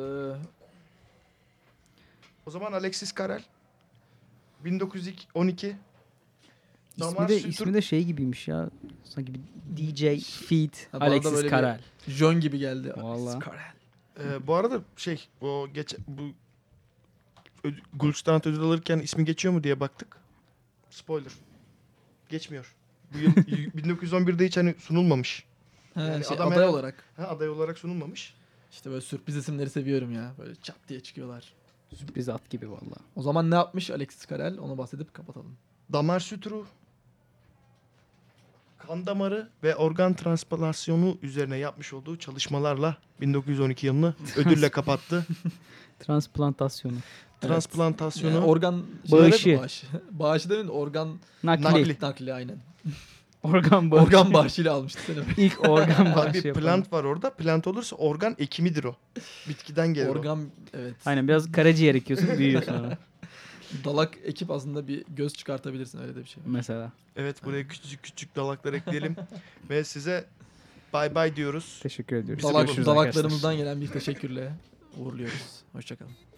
O zaman Alexis Carrel bin dokuz yüz on iki İsmi Damar de, sütür- ismi de şey gibiymiş ya. Sanki bir D J feat Ha, bana da Alexis böyle bir- Carrel. Jön gibi geldi. Vallahi. Skarel. Ee, bu arada şey o geç bu öd- Gullstrand ödül alırken ismi geçiyor mu diye baktık. Spoiler. Geçmiyor. Bu yıl bin dokuz yüz on birde hiç hani sunulmamış. He, Yani şey, adam aday herhalde- olarak. Ha, aday olarak sunulmamış. İşte böyle sürpriz isimleri seviyorum ya. Böyle çat diye çıkıyorlar. Sürpriz at gibi valla. O zaman ne yapmış Alexis Carrel? Onu bahsedip kapatalım. Damar süturu, kan damarı ve organ transplantasyonu üzerine yapmış olduğu çalışmalarla bin dokuz yüz on iki yılını ödülle kapattı. Transplantasyonu. Transplantasyonu Yani organ Bağışı. Bağışı. Bağışı değil mi? Organ Nakli. Nakli. nakli aynen. Organ bağışı. Organ bağışıyla almıştı seni. İlk organ Abi bağışı bir yapan. plant var orada. Plant olursa organ ekimidir o. Bitkiden gelir o. Organ evet. Aynen biraz karaciğer ekiyorsun büyüyor sonra Dalak ekip aslında bir göz çıkartabilirsin, öyle de bir şey. mesela. Evet, buraya küçücük küçük dalaklar ekleyelim. Ve size bay bay diyoruz. Teşekkür ediyoruz. Bizi Dalak, görüşürüz dalaklarımızdan gelen bir teşekkürle uğurluyoruz. Hoşçakalın.